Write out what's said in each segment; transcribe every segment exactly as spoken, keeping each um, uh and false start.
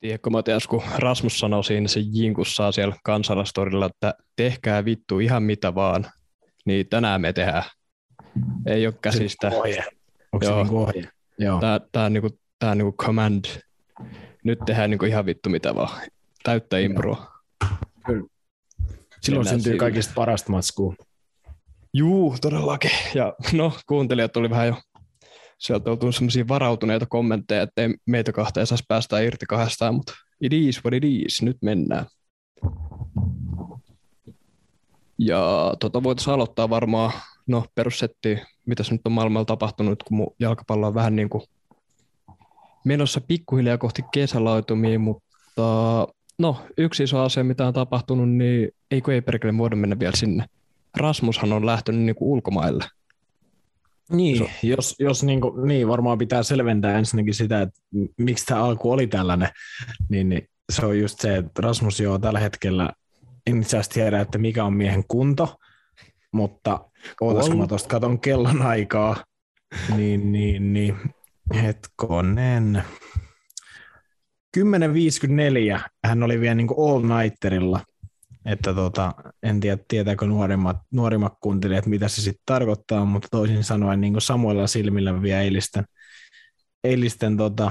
Tiedätkö Matias, kun Rasmus sanoi siinä se jinkussaan siellä kansalaistorilla, että tehkää vittu ihan mitä vaan, niin tänään me tehdään. Ei ole Se käsistä. niinku ohje. Onko se Joo. niinku ohje? Joo. Tää, tää on niinku, tää on niinku command. Nyt tehdään niinku ihan vittu mitä vaan. Täyttä improa. Kyllä. Silloin Mennään syntyy sille. kaikista parasta matskua. Juu, todellakin. Ja no, kuuntelijat oli vähän jo, sieltä on tullut semmoisia varautuneita kommentteja, että ei meitä kahta ei saisi päästä irti kahdestaan, mutta it is what it is, nyt mennään. Ja tota voitaisiin aloittaa varmaan, no perussetti, mitäs nyt on maailmalla tapahtunut, kun mun jalkapallo on vähän niin kuin menossa pikkuhiljaa kohti kesälaitumia, mutta no yksi iso asia, mitä on tapahtunut, niin eikö ei perkele voida mennä vielä sinne. Rasmushan on lähtenyt niin kuin ulkomaille. Niin, So- jos, jos niin, kuin, niin, varmaan pitää selventää ensinnäkin sitä, että miksi tämä alku oli tällainen, niin, niin se on just se, että Rasmus joo tällä hetkellä, en itse asiassa tiedä, että mikä on miehen kunto, mutta ootas, kun mä tuosta katon kellon aikaa, niin, niin, niin hetkonen. kymmenen viisikymmentäneljä hän oli vielä niin kuin all-nighterilla, että tota, en tiedä tietääkö nuorimmat, nuorimmat kuuntelijat, mitä se sitten tarkoittaa, mutta toisin sanoen niin kuin samoilla silmillä vielä eilisten, eilisten tota,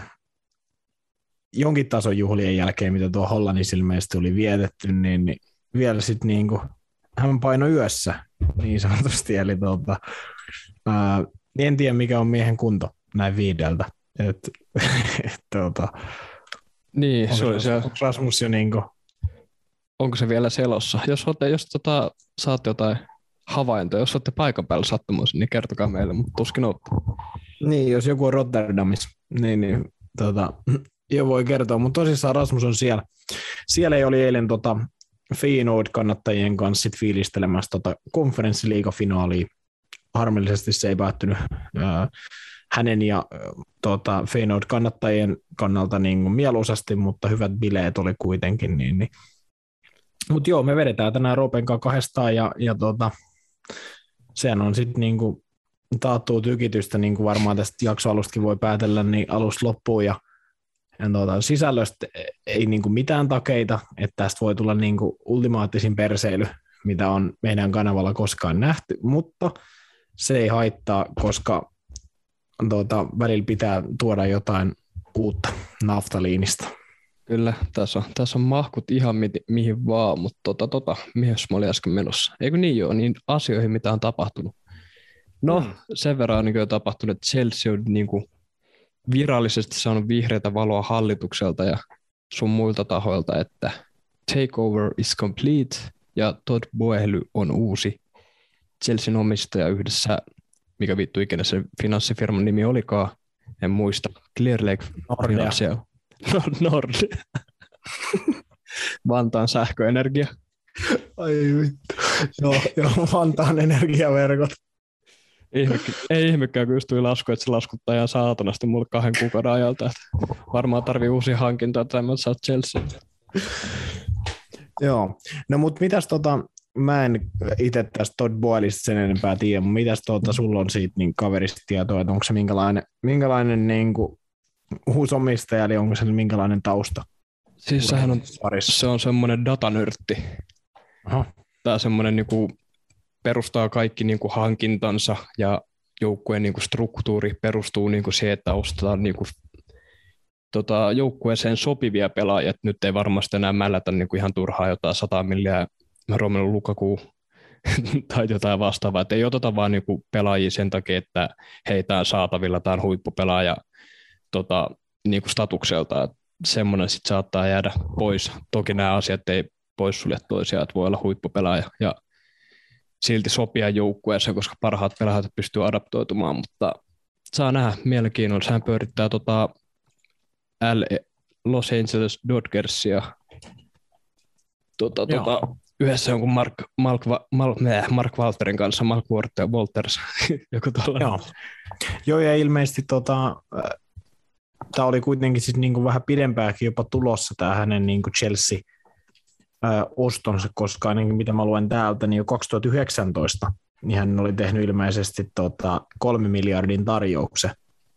jonkin tason juhlien jälkeen, mitä tuo Hollannissa ilmeisesti oli vietetty, niin, niin vielä sitten niin kuin, hän painoi yössä niin sanotusti, eli tota, ää, en tiedä mikä on miehen kunto näin viideltä, että et, tota, Niin, se oli se, onko Rasmus jo niin kuin, onko se vielä selossa? Jos, olette, jos tota, saatte jotain havaintoja, jos olette paikan päällä sattumassa, niin kertokaa meille, mutta tuskin olette. niin, jos joku on Rotterdamissa, niin, niin tota, jo voi kertoa, mutta tosissaan Rasmus on siellä. Siellä ei oli eilen tota, Feyenoord-kannattajien kanssa sit fiilistelemässä tota konferenssiliigafinaalia. Harmillisesti se ei päättynyt ää, hänen ja ää, tota, Feyenoord-kannattajien kannalta niin kuin mieluisasti, mutta hyvät bileet oli kuitenkin. Niin, niin. Mutta joo, me vedetään tänään Roopen kanssa kahdestaan ja, ja tota, sehän on sitten niinku taattua tykitystä, niin kuin varmaan tästä jaksoalustakin voi päätellä, niin alusta loppuun ja, ja tuota, sisällöstä ei niinku mitään takeita, että tästä voi tulla niinku ultimaattisin perseily, mitä on meidän kanavalla koskaan nähty, mutta se ei haittaa, koska tuota, välillä pitää tuoda jotain uutta naftaliinista. Kyllä, tässä on, tässä on mahkut ihan mi- mihin vaan, mutta tota, tota, mihin mä olin äsken menossa. Eikö niin joo, niin asioihin mitä on tapahtunut. No, hmm. sen verran on niin jo tapahtunut, että Chelsea on niin kuin virallisesti saanut vihreätä valoa hallitukselta ja sun muilta tahoilta, että takeover is complete ja Todd Boehly on uusi Chelsean omistaja yhdessä, mikä vittu ikinä se finanssifirman nimi olikaan, en muista, Clear Lake Financial. No, Nordea. Vantaan sähköenergia. Ai vittu. Joo, joo, Vantaan energiaverkot. Ihme, ei ihmekään, kun just tuli lasku, että se laskuttaa ihan saatanasti mulle kahden kuukauden ajalta. Että varmaan tarvii uusia hankintoja, tai mä saat Chelsea. Joo, no mut mitäs tota, mä en itse tästä Todd Boehlysta sen enempää tiedä, mutta mitäs tota, sulla on siitä niin kaverista tietoa, että onko se minkälainen, minkälainen niin kuin uusi omistaja, eli onko se minkälainen tausta? Siis sehän on, se on semmoinen datanörtti. Aha. Tää semmoinen niinku perustaa kaikki niinku hankintansa ja joukkueen niinku struktuuri perustuu niinku siihen, että ostetaan niinku tota, joukkueeseen sopivia pelaajia. Et nyt ei varmasti enää mällätä niinku ihan turhaa jotain sata milliä Romelu Lukaku tai jotain vastaavaa. Et ei oteta vaan niinku pelaajia sen takia, että heitä on saatavilla, tämä on huippupelaaja tota, niinku statukselta. Et semmoinen sitten saattaa jäädä pois. Toki nämä asiat ei poissulje toisiaan, että voi olla huippupelaaja ja silti sopia joukkueeseen, koska parhaat pelaajat pystyy adaptoitumaan, mutta saa nähdä mielenkiinnolla. Sehän pyörittää tota L- Los Angeles Dodgersia tota, tota, yhdessä jonkun Mark, Mark, Mark, Mark Walterin kanssa, Mark Walters, joku tällainen. Joo. Joo, ja ilmeisesti tota, tämä oli kuitenkin siis niinku vähän pidempääkin jopa tulossa tämä hänen niinku Chelsea ostonsa, koska ainakin mitä mä luen täältä, niin jo kaksituhattayhdeksäntoista niin hän oli tehnyt ilmeisesti tota kolme miljardin tarjouksen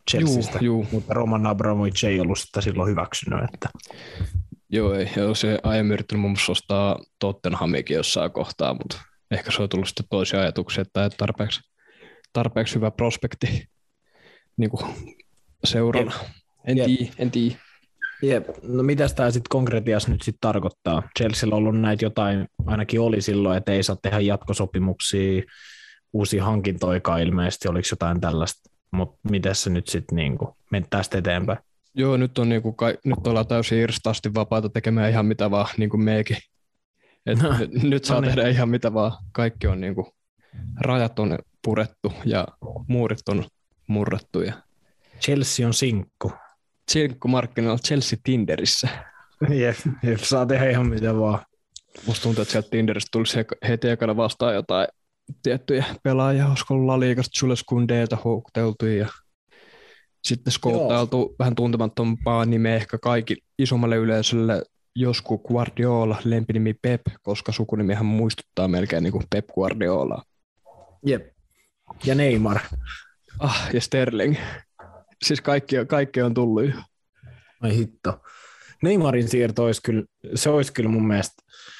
Chelseastä, Juu, juu. mutta Roman Abramovich ei ollut sitä silloin hyväksynyt. Että. Joo, ei. Joo, se aiemmin yrittänyt muun muassa ostaa Tottenhamikin jossain kohtaa, mutta ehkä se on tullut sitten toisia ajatuksia, että tarpeeksi, tarpeeksi hyvä prospekti niin kuin seurana. En tiedä, en tiedä. Jep. No mitäs tämä sitten konkretiassa nyt sitten tarkoittaa? Chelsealla on ollut näitä jotain, ainakin oli silloin, että ei saa tehdä jatkosopimuksia, uusia hankintoikaan ilmeisesti, oliko jotain tällaista, mutta miten se nyt sitten niinku meni tästä eteenpäin? Joo, nyt, on niinku, nyt ollaan täysin irstaasti vapaata tekemään ihan mitä vaan, niin kuin mekin. Et no, nyt, nyt saa no niin. tehdä ihan mitä vaan. Kaikki on niinku, rajat on purettu ja muurit on murrettu. Ja Chelsea on sinkku. Sinkku markkinoilla Chelsea Tinderissä. Jep, jep, saa tehdä ihan mitä vaan. Musta tuntuu, että sieltä Tinderistä tulisi heti ekana vastaan jotain tiettyjä pelaajia, olisiko ollut La Ligasta Jules Koundéta houkuteltu ja sitten skouttailtu vähän tuntemattompaa nimeä ehkä kaikki isommalle yleisölle joskus Guardiola, lempinimi Pep, koska sukunimihän muistuttaa melkein niin kuin Pep Guardiolaa. Jep. Ja Neymar. Ah, ja Sterling. Siis kaikki, kaikki on tullut jo. Ai hitto. Neymarin siirto olisi kyllä, se olisi kyllä mun mielestä,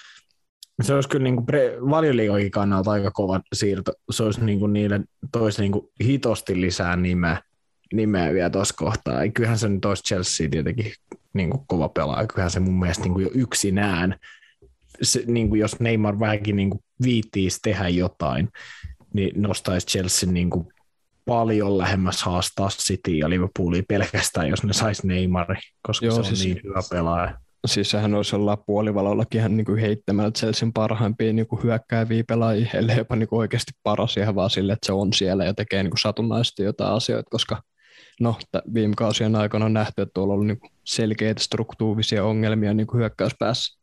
se olisi kyllä niin Valioliigokin kannalta aika kova siirto. Se olisi niin kuin niille, toisi niin kuin hitosti lisää nimeä, nimeä vielä tuossa kohtaa. Kyllähän se nyt olisi Chelsea tietenkin niin kuin kova pelaaja. Kyllähän se mun mielestä niin kuin jo yksinään, se, niin kuin jos Neymar vähänkin niin kuin viittiisi tehdä jotain, niin nostaisi Chelsea niin kuin paljon lähemmäs haastaa City ja Liverpoolia pelkästään, jos ne saisi Neymarin, koska Joo, se on siis, niin hyvä pelaaja. Siis sehän olisi olla puolivalollakin ihan niin heittämällä Chelsean parhaimpia niin hyökkääviä pelaajia, ellei jopa niin oikeasti paras ihan vaan sille, että se on siellä ja tekee niin satunnaisesti jotain asioita, koska no, viime kausien aikana on nähty, että tuolla on ollut niin selkeitä struktuurisia ongelmia niin hyökkäyspäässä.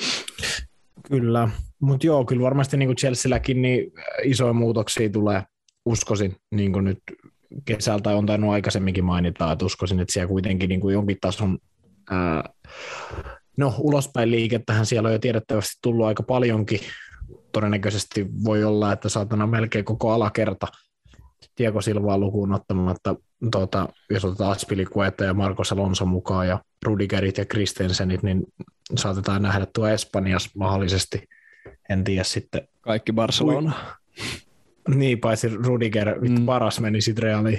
Kyllä, mutta joo, kyllä varmasti niin Chelsealläkin niin isoja muutoksia tulee. Uskoisin, niin kuin nyt kesältä on tainnut aikaisemminkin mainita, että uskoisin, että siellä kuitenkin niin kuin jonkin tason ää, no, ulospäin liikettähän siellä on jo tiedettävästi tullut aika paljonkin. Todennäköisesti voi olla, että saatana melkein koko alakerta Diego Silvaa lukuun ottamatta, tuota, jos otetaan Aspilicueta ja Marcos Alonso mukaan ja Rudigerit ja Christensenit, niin saatetaan nähdä tuo Espanjassa mahdollisesti, en tiedä sitten. Kaikki Barcelona. Niin, paitsi Rudiger, vittu mm. paras meni sitten Realiin.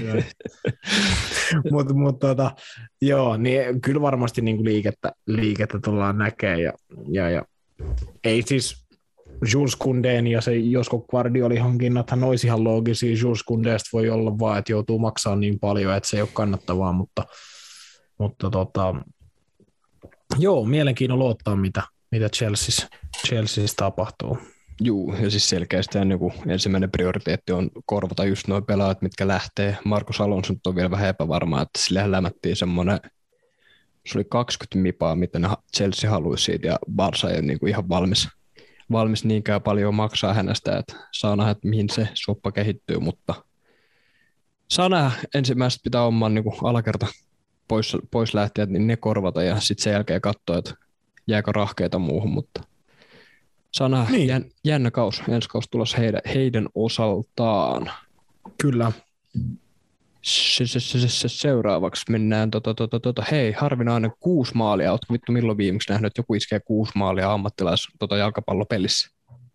Mutta mut, tota, joo, niin kyllä varmasti niinku liikettä, liikettä tullaan näkemään. Ja, ja, ja, ei siis Jules Koundén ja se Josko Guardiolin hankinnathan olisi ihan loogisia. Jules Koundésta voi olla vaan, että joutuu maksaa niin paljon, että se ei ole kannattavaa, mutta, mutta tota, joo, mielenkiinnolla odottaa, mitä, mitä Chelseassa, Chelseassa tapahtuu. Juu, ja siis selkeästi niin ensimmäinen prioriteetti on korvata just nuo pelaajat, mitkä lähtee. Marcos Alonso on vielä vähän epävarmaa, että sille lämättiin semmoinen, se oli kaksikymmentä mipaa, mitä Chelsea haluaisi siitä, ja Barca ei niin kuin ihan valmis, valmis niinkään paljon maksaa hänestä, että saa nähdä, että mihin se soppa kehittyy, mutta saa nähdä, ensimmäiset pitää oman niin kuin alakerta pois, pois lähtijät, niin ne korvata, ja sitten sen jälkeen katsoa, että jääkö rahkeita muuhun, mutta Sana, niin. jän, jännä kaus, ensi kaus tulossa heidän, heidän osaltaan. Kyllä. Se, se, se, se, seuraavaksi mennään, tota, tota, tota, hei, harvinainen kuusi maalia. Oletko vittu milloin viimeksi nähnyt, että joku iskee kuusi maalia ammattilais tota, jalkapallopelissä?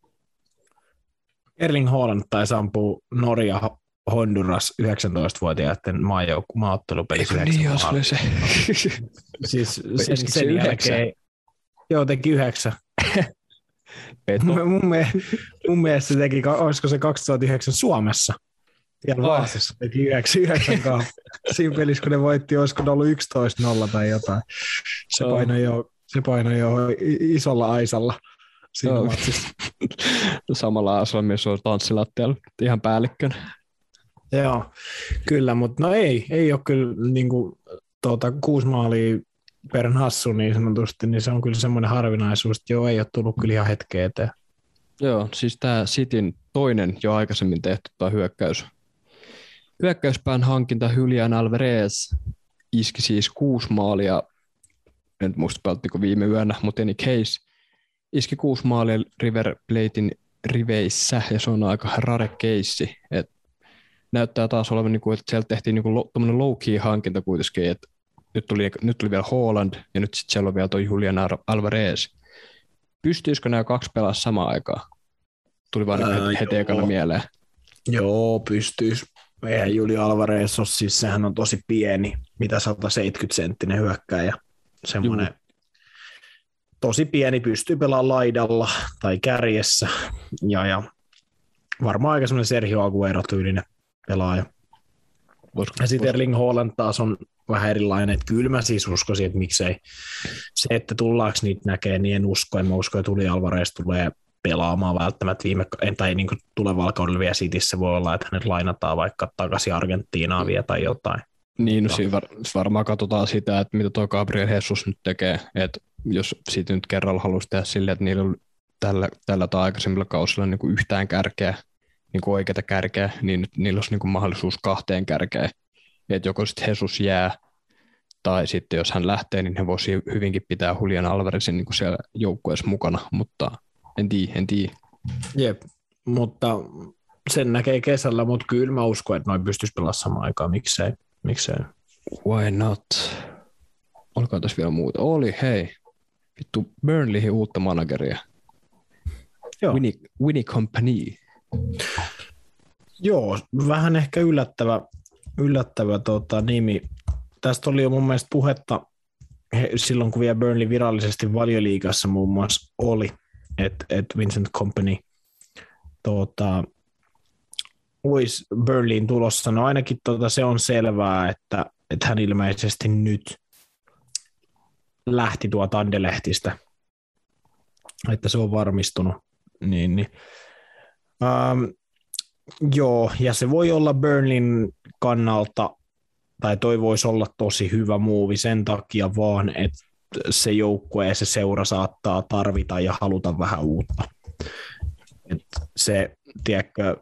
Erling Haaland taisi ampua Norja Honduras yhdeksäntoistavuotiaiden maaottelupelissä. Eikö niin, jos oli se? Siis sen, sen jälkeen, joo, teki yhdeksän. mun, mielestä, mun mielestä se teki, olisiko se kaksituhattayhdeksän Suomessa, siellä Vaasassa teki yhdeksän kautta. Siinä pelissä, kun ne voitti, olisiko ne ollut yksitoista nolla tai jotain. Se painoi jo, se painoi jo isolla aisalla siinä oh. matsissa. Samalla aisalla myös on tanssilattialla ihan päällikkönä. Joo, kyllä, mutta no ei, ei ole kyllä niin kuin, tuota, kuusi maalia per hassu niin sanotusti, niin se on kyllä semmoinen harvinaisuus, että joo, ei ole tullut kyllä ihan hetkeä eteen. Joo, siis tämä Cityn toinen jo aikaisemmin tehty tämä hyökkäys. Hyökkäyspään hankinta Julian Alvarez iski siis kuusi maalia, en muista pelttiko viime yönä, mutta any case, iski kuusi maalia River Platein riveissä, ja se on aika rare keissi, että näyttää taas olevan, niin kuin, että sieltä tehtiin niin kuin tuommoinen low-key hankinta kuitenkin, että nyt tuli, nyt tuli vielä Haaland ja nyt sitten siellä on vielä tuo Julian Alvarez. Pystyisikö nämä kaksi pelaa samaan aikaan? Tuli vaan Ää, heti, heti ekana mieleen. Joo, pystyisi. Eihän Julian Alvarez ole, siis sehän on tosi pieni, mitä sata seitsemänkymmentä senttinen hyökkääjä. Semmoinen Juu. tosi pieni, pystyy pelaamaan laidalla tai kärjessä ja, ja varmaan aika semmoinen Sergio Aguero-tyylinen pelaaja. Ja sitten Erling Haaland taas on vähän erilainen, että kyllä mä siis uskoisin, että miksei se, että tullaanko niitä näkee, niin en usko, en mä usko, että Julian Alvarez tulee pelaamaan välttämättä viime, tai niin kuin tulevalla kaudella vielä Cityssä voi olla, että hänet lainataan vaikka takaisin Argentiinaan vielä tai jotain. Niin, no siinä var, varmaan katsotaan sitä, että mitä tuo Gabriel Jesus nyt tekee, että jos siitä nyt kerralla haluaisi tehdä silleen, että niillä on tällä, tällä tai aikaisemmilla kausilla niin kuin yhtään kärkeä, niin kuin oikeata kärkeä, niin nyt niillä olisi niin kuin mahdollisuus kahteen kärkeen, että joko sitten Jesus jää, tai sitten jos hän lähtee, niin he voisi hyvinkin pitää Julian Alvarezin niin kuin siellä joukkueessa mukana, mutta en tiedä, en tiedä. Jep, mutta sen näkee kesällä, mutta kyllä mä uskon, että noin pystyisi pelaamaan samaan aikaan, miksei. Miksei? Why not? Olkaa tässä vielä muuta. Oli, hei. Vittu, Burnleyhin uutta manageria. Joo. Winnie, Winnie Company. Joo, vähän ehkä yllättävä, yllättävä tota, nimi. Tästä oli jo mun mielestä puhetta he, silloin, kun vielä Burnley virallisesti Valioliigassa muun muassa oli, että et Vincent Kompany tota, olisi Burnleyin tulossa. No ainakin tota, se on selvää, että, että hän ilmeisesti nyt lähti tuolta Andelehtistä, että se on varmistunut. Niin, niin. Ähm, joo, ja se voi olla Burnleyn kannalta, tai toi voisi olla tosi hyvä muuvi sen takia vaan, että se joukkue ja se seura saattaa tarvita ja haluta vähän uutta. Et se, tiedätkö,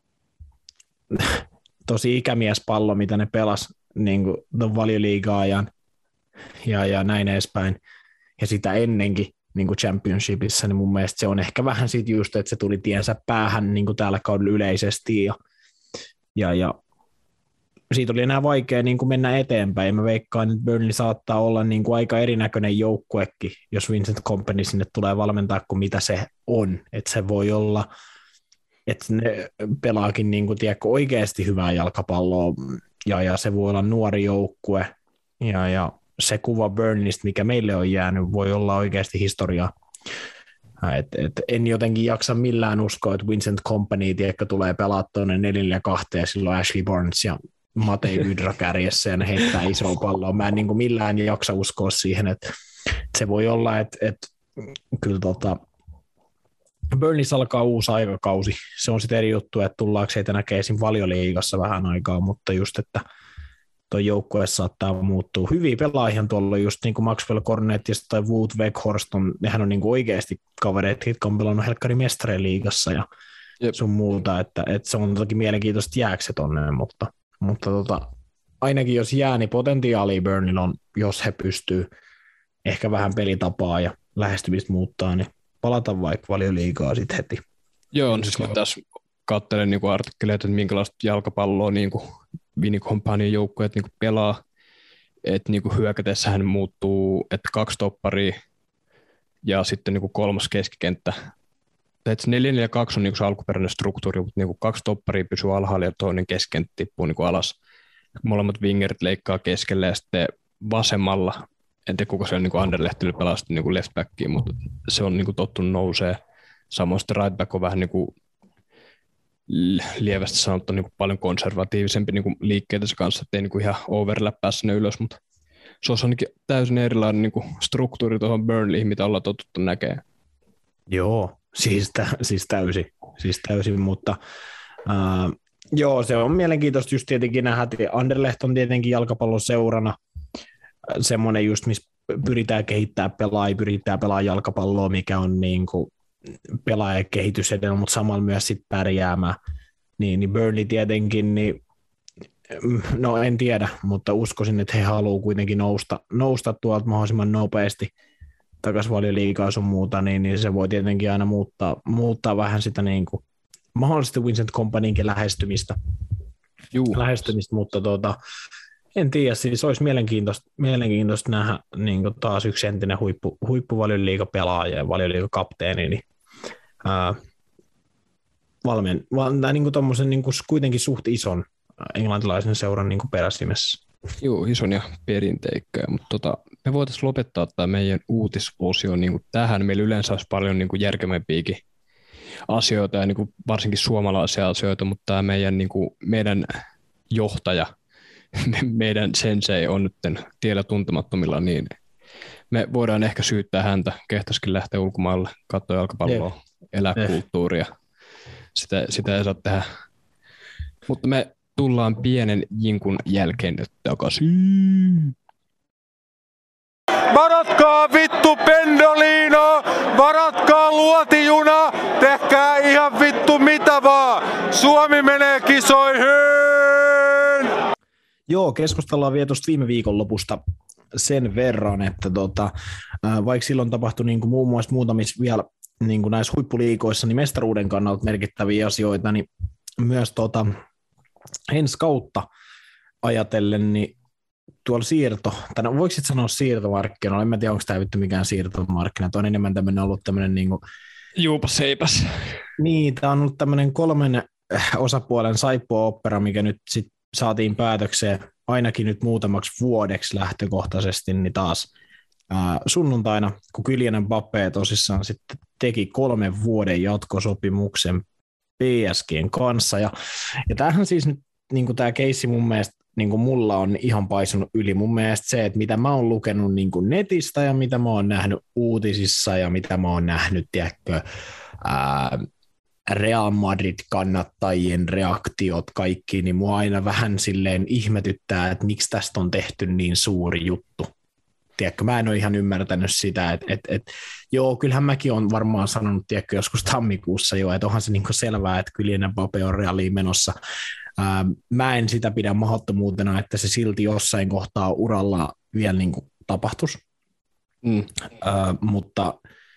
tosi ikämiespallo, mitä ne pelas niin kuin Valioliiga-ajan ja, ja näin edespäin, ja sitä ennenkin niin kuin championshipissa, niin mun mielestä se on ehkä vähän siitä just, että se tuli tiensä päähän niin kuin täällä kaudella yleisesti, ja, ja, ja siitä oli enää vaikea niin kuin mennä eteenpäin. Mä veikkaan, että Burnley saattaa olla niin kuin aika erinäköinen joukkuekin, jos Vincent Kompany sinne tulee valmentaa kuin mitä se on. Että se voi olla, että ne pelaakin niin kuin, tiedätkö, oikeasti hyvää jalkapalloa, ja, ja se voi olla nuori joukkue, ja, ja se kuva Burnleystä, mikä meille on jäänyt, voi olla oikeasti historiaa. Et, et en jotenkin jaksa millään uskoa, että Vincent Kompany, tiedätkö, tulee pelaa tuonne neljällä ja kahteen, ja silloin Ashley Barnes ja Matei Vydra kärjessä ja ne heittää isoa palloa. Mä en niin kuin millään jaksa uskoa siihen, että se voi olla, että, että kyllä tota, Burnleyssä alkaa uusi aikakausi. Se on sitten eri juttu, että tullaanko heitä näkee esim. Valioliigassa vähän aikaa, mutta just, että tuo joukkue saattaa muuttua. Hyviä pelaajia tuolla just niin kuin Maxwell Cornetista tai Wood Weghorst, on, nehän on niin kuin oikeasti kavereita, jotka on pelannut Helkkarin mestareen liigassa ja Jep. sun muuta, että, että se on toki mielenkiintoista jääkö se tonne, mutta Mutta tota, ainakin jos jää, niin potentiaalia Burnley on, jos he pystyy ehkä vähän pelitapaa ja lähestymistä muuttaa, niin palata vaikka Valioliigaa sitten heti. Joo, on siis mä tässä katselen niin artikkeleita, että minkälaista jalkapalloa niin Winnie Companyn joukkueet niin pelaa, että niin hyökätessä hän muuttuu, että kaksi topparia ja sitten niin kolmas keskikenttä. Että neljä neljä kaksi on niin se alkuperäinen struktuuri, mutta niin kaksi topparia pysyy alhaalla ja toinen keskenttä tippuu niin alas. Molemmat wingerit leikkaa keskelle ja sitten vasemmalla, en tiedä kuka se on niin Anderlehtillä pelaa sitten niin leftbackiin, mutta se on niin tottunut nousee. Samoin sitten rightback on vähän niin kuin lievästi sanottu niin paljon konservatiivisempi niin liikkeitä kanssa, ettei niin ihan overlappaa sinne ylös, mutta se on ainakin täysin erilainen niin struktuuri tuohon Burnleyhin, mitä ollaan totuttu näkemään. Joo. Siis, tä, siis täysin, siis täysin, mutta ää, joo, se on mielenkiintoista just tietenkin nähdä, että Anderlecht on tietenkin jalkapallon seurana semmoinen just, missä pyritään kehittää pelaajia, pyritään pelaa jalkapalloa, mikä on niin kuin pelaajakehitys edellä, mutta samalla myös sit pärjäämään. Niin, niin Burnley tietenkin, niin no en tiedä, mutta uskoisin, että he haluaa kuitenkin nousta, nousta tuolta mahdollisimman nopeasti takaisin Valioliigaa sun muuta, niin, niin se voi tietenkin aina muuttaa, muuttaa vähän sitä niin kuin, mahdollisesti Vincent Companynkin lähestymistä. Juu. lähestymistä, mutta tuota, en tiedä, siis olisi mielenkiintoista, mielenkiintoista nähdä niin taas yksi entinen huippu, huippuvalioliigapelaaja ja valioliigakapteeni, niin ää, valmen, val, niin kuin tommosen, niin kuin kuitenkin suht ison englantilaisen seuran niin kuin peräsimessä. Joo, ison ja perinteikköä, mutta tota, me voitaisiin lopettaa tämä meidän uutisosio niin kuin tähän. Meillä yleensä olisi paljon niin kuin järkevämpiäkin asioita ja niin kuin varsinkin suomalaisia asioita, mutta tämä meidän, niin kuin, meidän johtaja, meidän sensei on nyt tiellä tuntemattomilla, niin me voidaan ehkä syyttää häntä, kehtaisikin lähteä ulkomaille, katsoa jalkapalloa, elää kulttuuria. Sitä, sitä ei saa tehdä. Mutta me tullaan pienen jinkun jälkeen nyt takaisin. Varatkaa vittu Pendolino, varatkaa luotijuna, tehkää ihan vittu mitä vaan. Suomi menee kisoihin! Joo, keskustellaan vielä tuosta viime viikonlopusta sen verran, että tota, vaikka silloin tapahtui niin kuin muun muassa muutamissa vielä niin kuin näissä huippuliigoissa niin mestaruuden kannalta merkittäviä asioita, niin myös tota, ensi kautta ajatellen, niin tuolla siirto, tai no, voiko sitten sanoa siirtomarkkinoilla, en mä tiedä, onko tämä vittu mikään siirtomarkkina, tuo on enemmän tämmöinen ollut tämmöinen niin kuin, juupas seipäs. Niin, tämä on ollut tämmöinen kolmen osapuolen saippua-opera, mikä nyt sitten saatiin päätökseen ainakin nyt muutamaksi vuodeksi lähtökohtaisesti, niin taas ää, sunnuntaina, kun Kylian Mbappé tosissaan sitten teki kolmen vuoden jatkosopimuksen P S G:n kanssa, ja, ja tämähän siis nyt, niin kuin tämä keissi mun mielestä, niin kuin mulla on ihan paisunut yli mun mielestä se, että mitä mä oon lukenut niin kuin netistä ja mitä mä oon nähnyt uutisissa ja mitä mä oon nähnyt, tiedätkö, ää, Real Madrid-kannattajien reaktiot kaikki, niin mua aina vähän silleen ihmetyttää, että miksi tästä on tehty niin suuri juttu. Tiedätkö, mä en ole ihan ymmärtänyt sitä, että, että, että joo, kyllähän mäkin olen varmaan sanonut, tiedätkö, joskus tammikuussa jo, että onhan se niin kuin selvää, että Kylian Mbappé on Realiin menossa. Ää, mä en sitä pidä mahdottomuutena, että se silti jossain kohtaa uralla vielä niin kuin tapahtuisi, mm. ää, mutta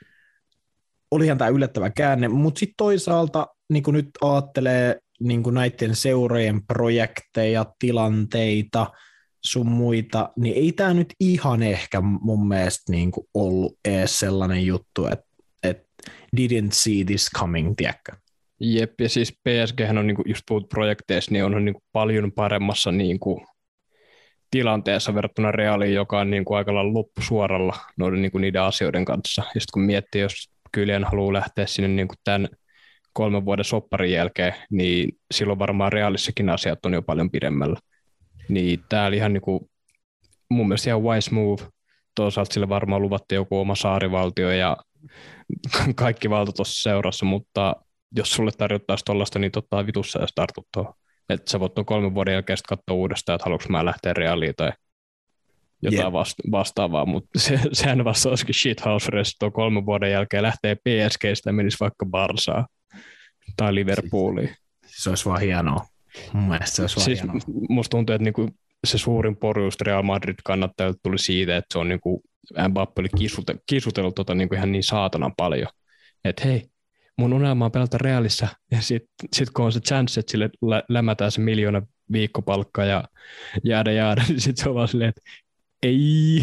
olihan tämä yllättävä käänne, mutta sitten toisaalta niin kun nyt ajattelee niin kun näiden seurojen projekteja, tilanteita, sun muita, niin ei tämä nyt ihan ehkä mun mielestä niin kuin ollut edes sellainen juttu, että, että didn't see this coming, tiedätkö? Jep, ja siis P S G:hän on, niin kuin just puhut projekteista, niin on niin kuin paljon paremmassa niin kuin tilanteessa verrattuna Realiin, joka on niin kuin aika lailla loppusuoralla noiden, niin kuin niiden asioiden kanssa. Ja sitten kun miettii, jos Kylian haluaa lähteä sinne niin kuin tämän kolmen vuoden sopparin jälkeen, niin silloin varmaan Realissakin asiat on jo paljon pidemmällä. Niin tämä oli ihan niin kuin, mun mielestä ihan wise move. Toisaalta sille varmaan luvattiin joku oma saarivaltio ja kaikki valta tuossa seurassa, mutta jos sulle tarjottaisiin tuollaista, niin totta vitussa ja tartut tuohon. Että sä voit tuon kolmen vuoden jälkeen katsoa uudestaan, että haluanko mä lähteä Realiin tai jotain yeah. vasta- vastaavaa, mutta se, sehän vasta olisikin shithouse rest tuon kolmen vuoden jälkeen lähtee P S G:stä ja menisi vaikka Barsaan tai Liverpooliin. Se olisi vaan hienoa. Mun mielestä se olisi vaan siis hienoa. Musta tuntuu, että niinku se suurin porjuus Real Madrid kannattajilta tuli siitä, että se on niinku, Mbappé oli kisute, kisutellut tota niinku ihan niin saatanan paljon, että hei, mun unelma on pelata Realissa, ja sitten sit kun on se chance, että sille lä- lämätään se miljoona viikkopalkka ja jäädä jäädä, niin sitten se on vaan silleen, että ei.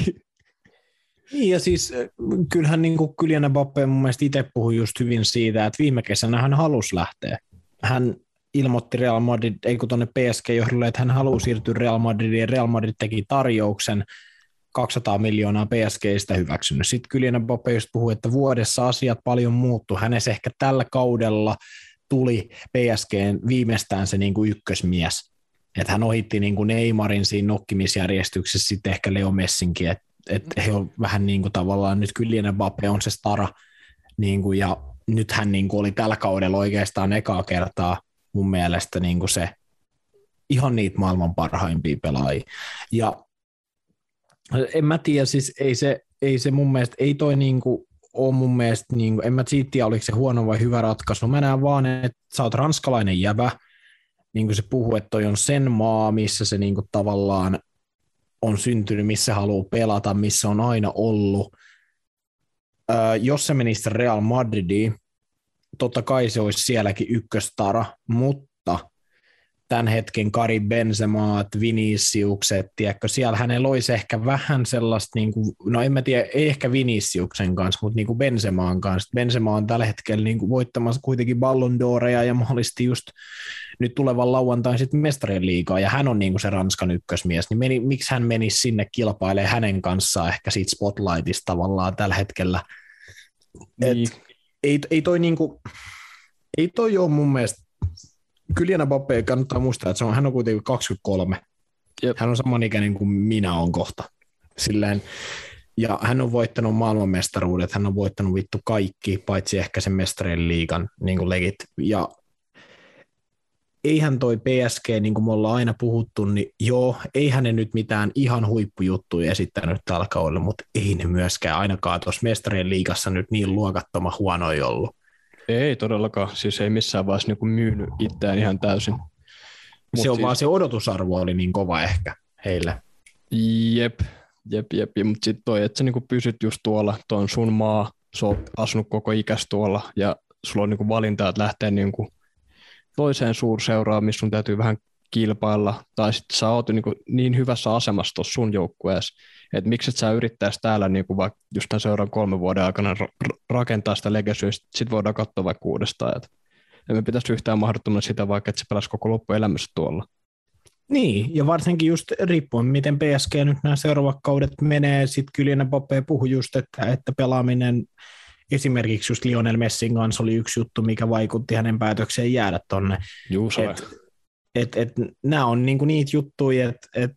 Niin, ja siis kyllähän niin kuin Kylian Mbappé mun mielestä itse puhui just hyvin siitä, että viime kesänä hän halusi lähteä. Hän ilmoitti Real Madrid, ei kun tuonne P S G-johdolle, että hän haluaa siirtyä Real Madridiin, ja Real Madrid teki tarjouksen, kaksisataa miljoonaa P S G ei sitä hyväksynyt. Sitten Kylian Mbappé just puhui, että vuodessa asiat paljon muuttuu. Hänessä ehkä tällä kaudella tuli P S G:n viimeistään se niin kuin ykkösmies. Että hän ohitti niin kuin Neymarin siinä nokkimisjärjestyksessä, sitten ehkä Leo Messinkin, että et he on vähän niin kuin tavallaan, nyt Kylian Mbappé on se stara, niin kuin, ja nyt hän niin kuin oli tällä kaudella oikeastaan ekaa kertaa mun mielestä niin kuin se ihan niitä maailman parhaimpia pelaajia. Ja en mä tiedä, siis ei se, ei se mun mielestä, ei toi niinku ole mun mielestä, niinku, en mä tiedä, oliko se huono vai hyvä ratkaisu. Mä näen vaan, että sä oot ranskalainen jävä, niin kuin se puhuu, että toi on sen maa, missä se niinku tavallaan on syntynyt, missä haluaa pelata, missä on aina ollut. Öö, jos se menisi Real Madridiin, totta kai se olisi sielläkin ykköstara, mutta tämän hetken Karim Benzemaat, Viniciukset, tiedätkö, siellä hänellä olisi ehkä vähän sellaista, niin kuin, no en mä tiedä, ei ehkä Viniciuksen kanssa, mutta niin kuin Benzemaan kanssa. Benzema on tällä hetkellä niin kuin voittamassa kuitenkin Ballon d'Oreja ja mahdollisesti just nyt tulevan lauantain sitten mestarien liigaa, ja hän on niin kuin se Ranskan ykkösmies, niin meni, miksi hän menisi sinne kilpailemaan hänen kanssaan ehkä siitä spotlightista tavallaan tällä hetkellä. Niin. Et, ei, ei toi niin kuin, ei toi ole mun mielestä, Kylian Mbappé kannattaa muistaa, että se on, hän on kuitenkin kaksikymmentäkolme. Jep. Hän on samanikäinen kuin minä on kohta. Silleen, ja hän on voittanut maailmanmestaruudet, hän on voittanut vittu kaikki, paitsi ehkä sen mestarien liigan niin kuin legit. Ja eihän toi P S G, niin kuin me ollaan aina puhuttu, niin joo, eihän ne nyt mitään ihan huippujuttuja esittänyt tällä kaudella, mutta ei ne myöskään ainakaan tuossa mestarien liigassa nyt niin luokattoman huonoja ollut. Ei todellakaan, siis ei missään vaiheessa niinku myynyt itseään ihan täysin. Se on siis vaan se odotusarvo oli niin kova ehkä heille. Jep, jep, jep, mutta sitten toi, että sä niinku pysyt just tuolla, toi on sun maa, sä oot asunut koko ikäs tuolla ja sulla on niinku valinta, että lähtee niinku toiseen suurseuraan, missä sun täytyy vähän kilpailla, tai sitten sä oot niin, niin hyvässä asemassa tuossa sun joukkueessa, että miksi et sä yrittäisi täällä niin kuin vaikka just tämän seuraavan kolmen vuoden aikana ra- rakentaa sitä legacyä, sitten voidaan katsoa vaikka uudestaan, että me pitäisi yhtään mahdottomana sitä, vaikka että se pelasi koko loppuelämässä tuolla. Niin, ja varsinkin just riippuen, miten P S G nyt nämä seuraavat kaudet menee, sitten Kylian Mbappé puhui just, että, että pelaaminen esimerkiksi just Lionel Messin kanssa oli yksi juttu, mikä vaikutti hänen päätökseen jäädä tonne. Juu, se et, et, et, nämä on niinku niitä juttuja, että et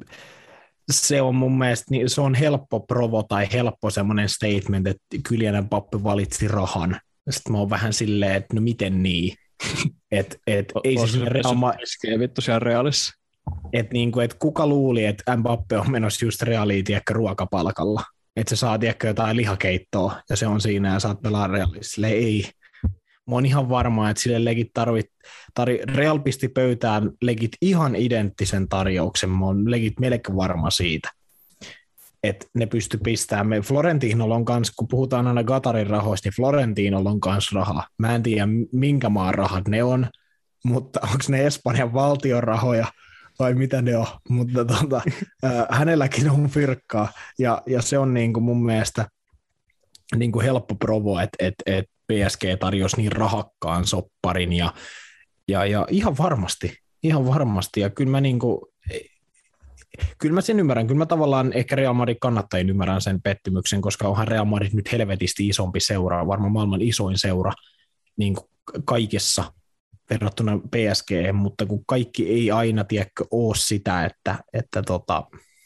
se on mun mielestä se on helppo provo tai helppo semmoinen statement, että Kylian Mbappé valitsi rahan. Sitten mä oon vähän silleen, että no miten niin? et, et, ei se sinne Real Madrid vittu siellä Realissa. Että niinku, et kuka luuli, että Mbappé on menossa just Realiin tiedäkö ruokapalkalla? Että se saa tiedäkö jotain lihakeittoa ja se on siinä ja saat pelaa Realissa. Ei. Mä oon ihan varma, että sille legit tarvit, tarvi, Real pisti pöytään legit ihan identtisen tarjouksen. Mä oon legit melkein varma siitä, että ne pysty pistämään. Me Florentinolla on kanssa, kun puhutaan aina Qatarin rahoista, niin Florentinolla on kanssa rahaa. Mä en tiedä, minkä maan rahat ne on, mutta onko ne Espanjan valtion rahoja vai mitä ne on, mutta tota, äh, hänelläkin on fyrkkaa, ja, ja se on niinku mun mielestä niinku helppo provo, että et, et P S G tarjosi niin rahakkaan sopparin, ja, ja, ja ihan varmasti, ihan varmasti, ja kyllä mä, niinku, kyllä mä sen ymmärrän, kyllä mä tavallaan ehkä Real Madrid kannattajien ymmärrän sen pettymyksen, koska onhan Real Madrid nyt helvetisti isompi seura, varmaan maailman isoin seura niinku kaikessa, verrattuna P S G, mutta kun kaikki ei aina tiedäkö ole sitä, että, että, tota,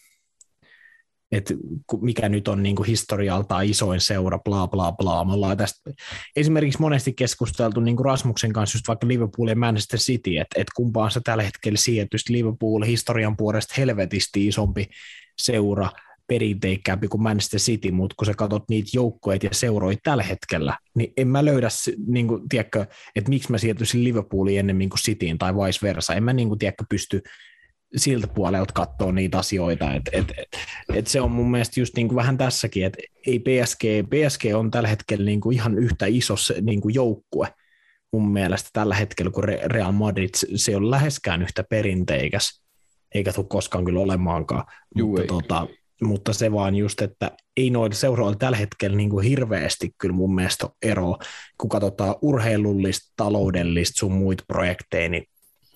että mikä nyt on niin kuin historialtaan isoin seura, bla bla bla. Me ollaan tästä esimerkiksi monesti keskusteltu niin kuin Rasmuksen kanssa just vaikka Liverpool ja Manchester City, että, että kumpaan se tällä hetkellä sijoituisi Liverpool historian puolesta helvetisti isompi seura, perinteikkäämpi kuin Manchester City, mutta kun sä katsot niitä joukkoja ja seuroja tällä hetkellä, niin en mä löydä, niin kuin, tiedätkö, että miksi mä siirtyisin Liverpooliin ennemmin kuin Cityin tai vice versa. En mä niin kuin, tiedätkö, pysty siltä puolelta katsoa niitä asioita. Et, et, et, et se on mun mielestä just niin kuin vähän tässäkin, että ei P S G, P S G on tällä hetkellä niin kuin ihan yhtä iso niin kuin joukkue mun mielestä tällä hetkellä kuin Real Madrid. Se ei ole läheskään yhtä perinteikäs, eikä tule koskaan kyllä olemaankaan. Juu, mutta tota, mutta se vaan just, että ei noilla seuroilla tällä hetkellä niin kuin hirveästi kyllä mun mielestä eroa, kun katsotaan urheilullista, taloudellista sun muita projekteja, niin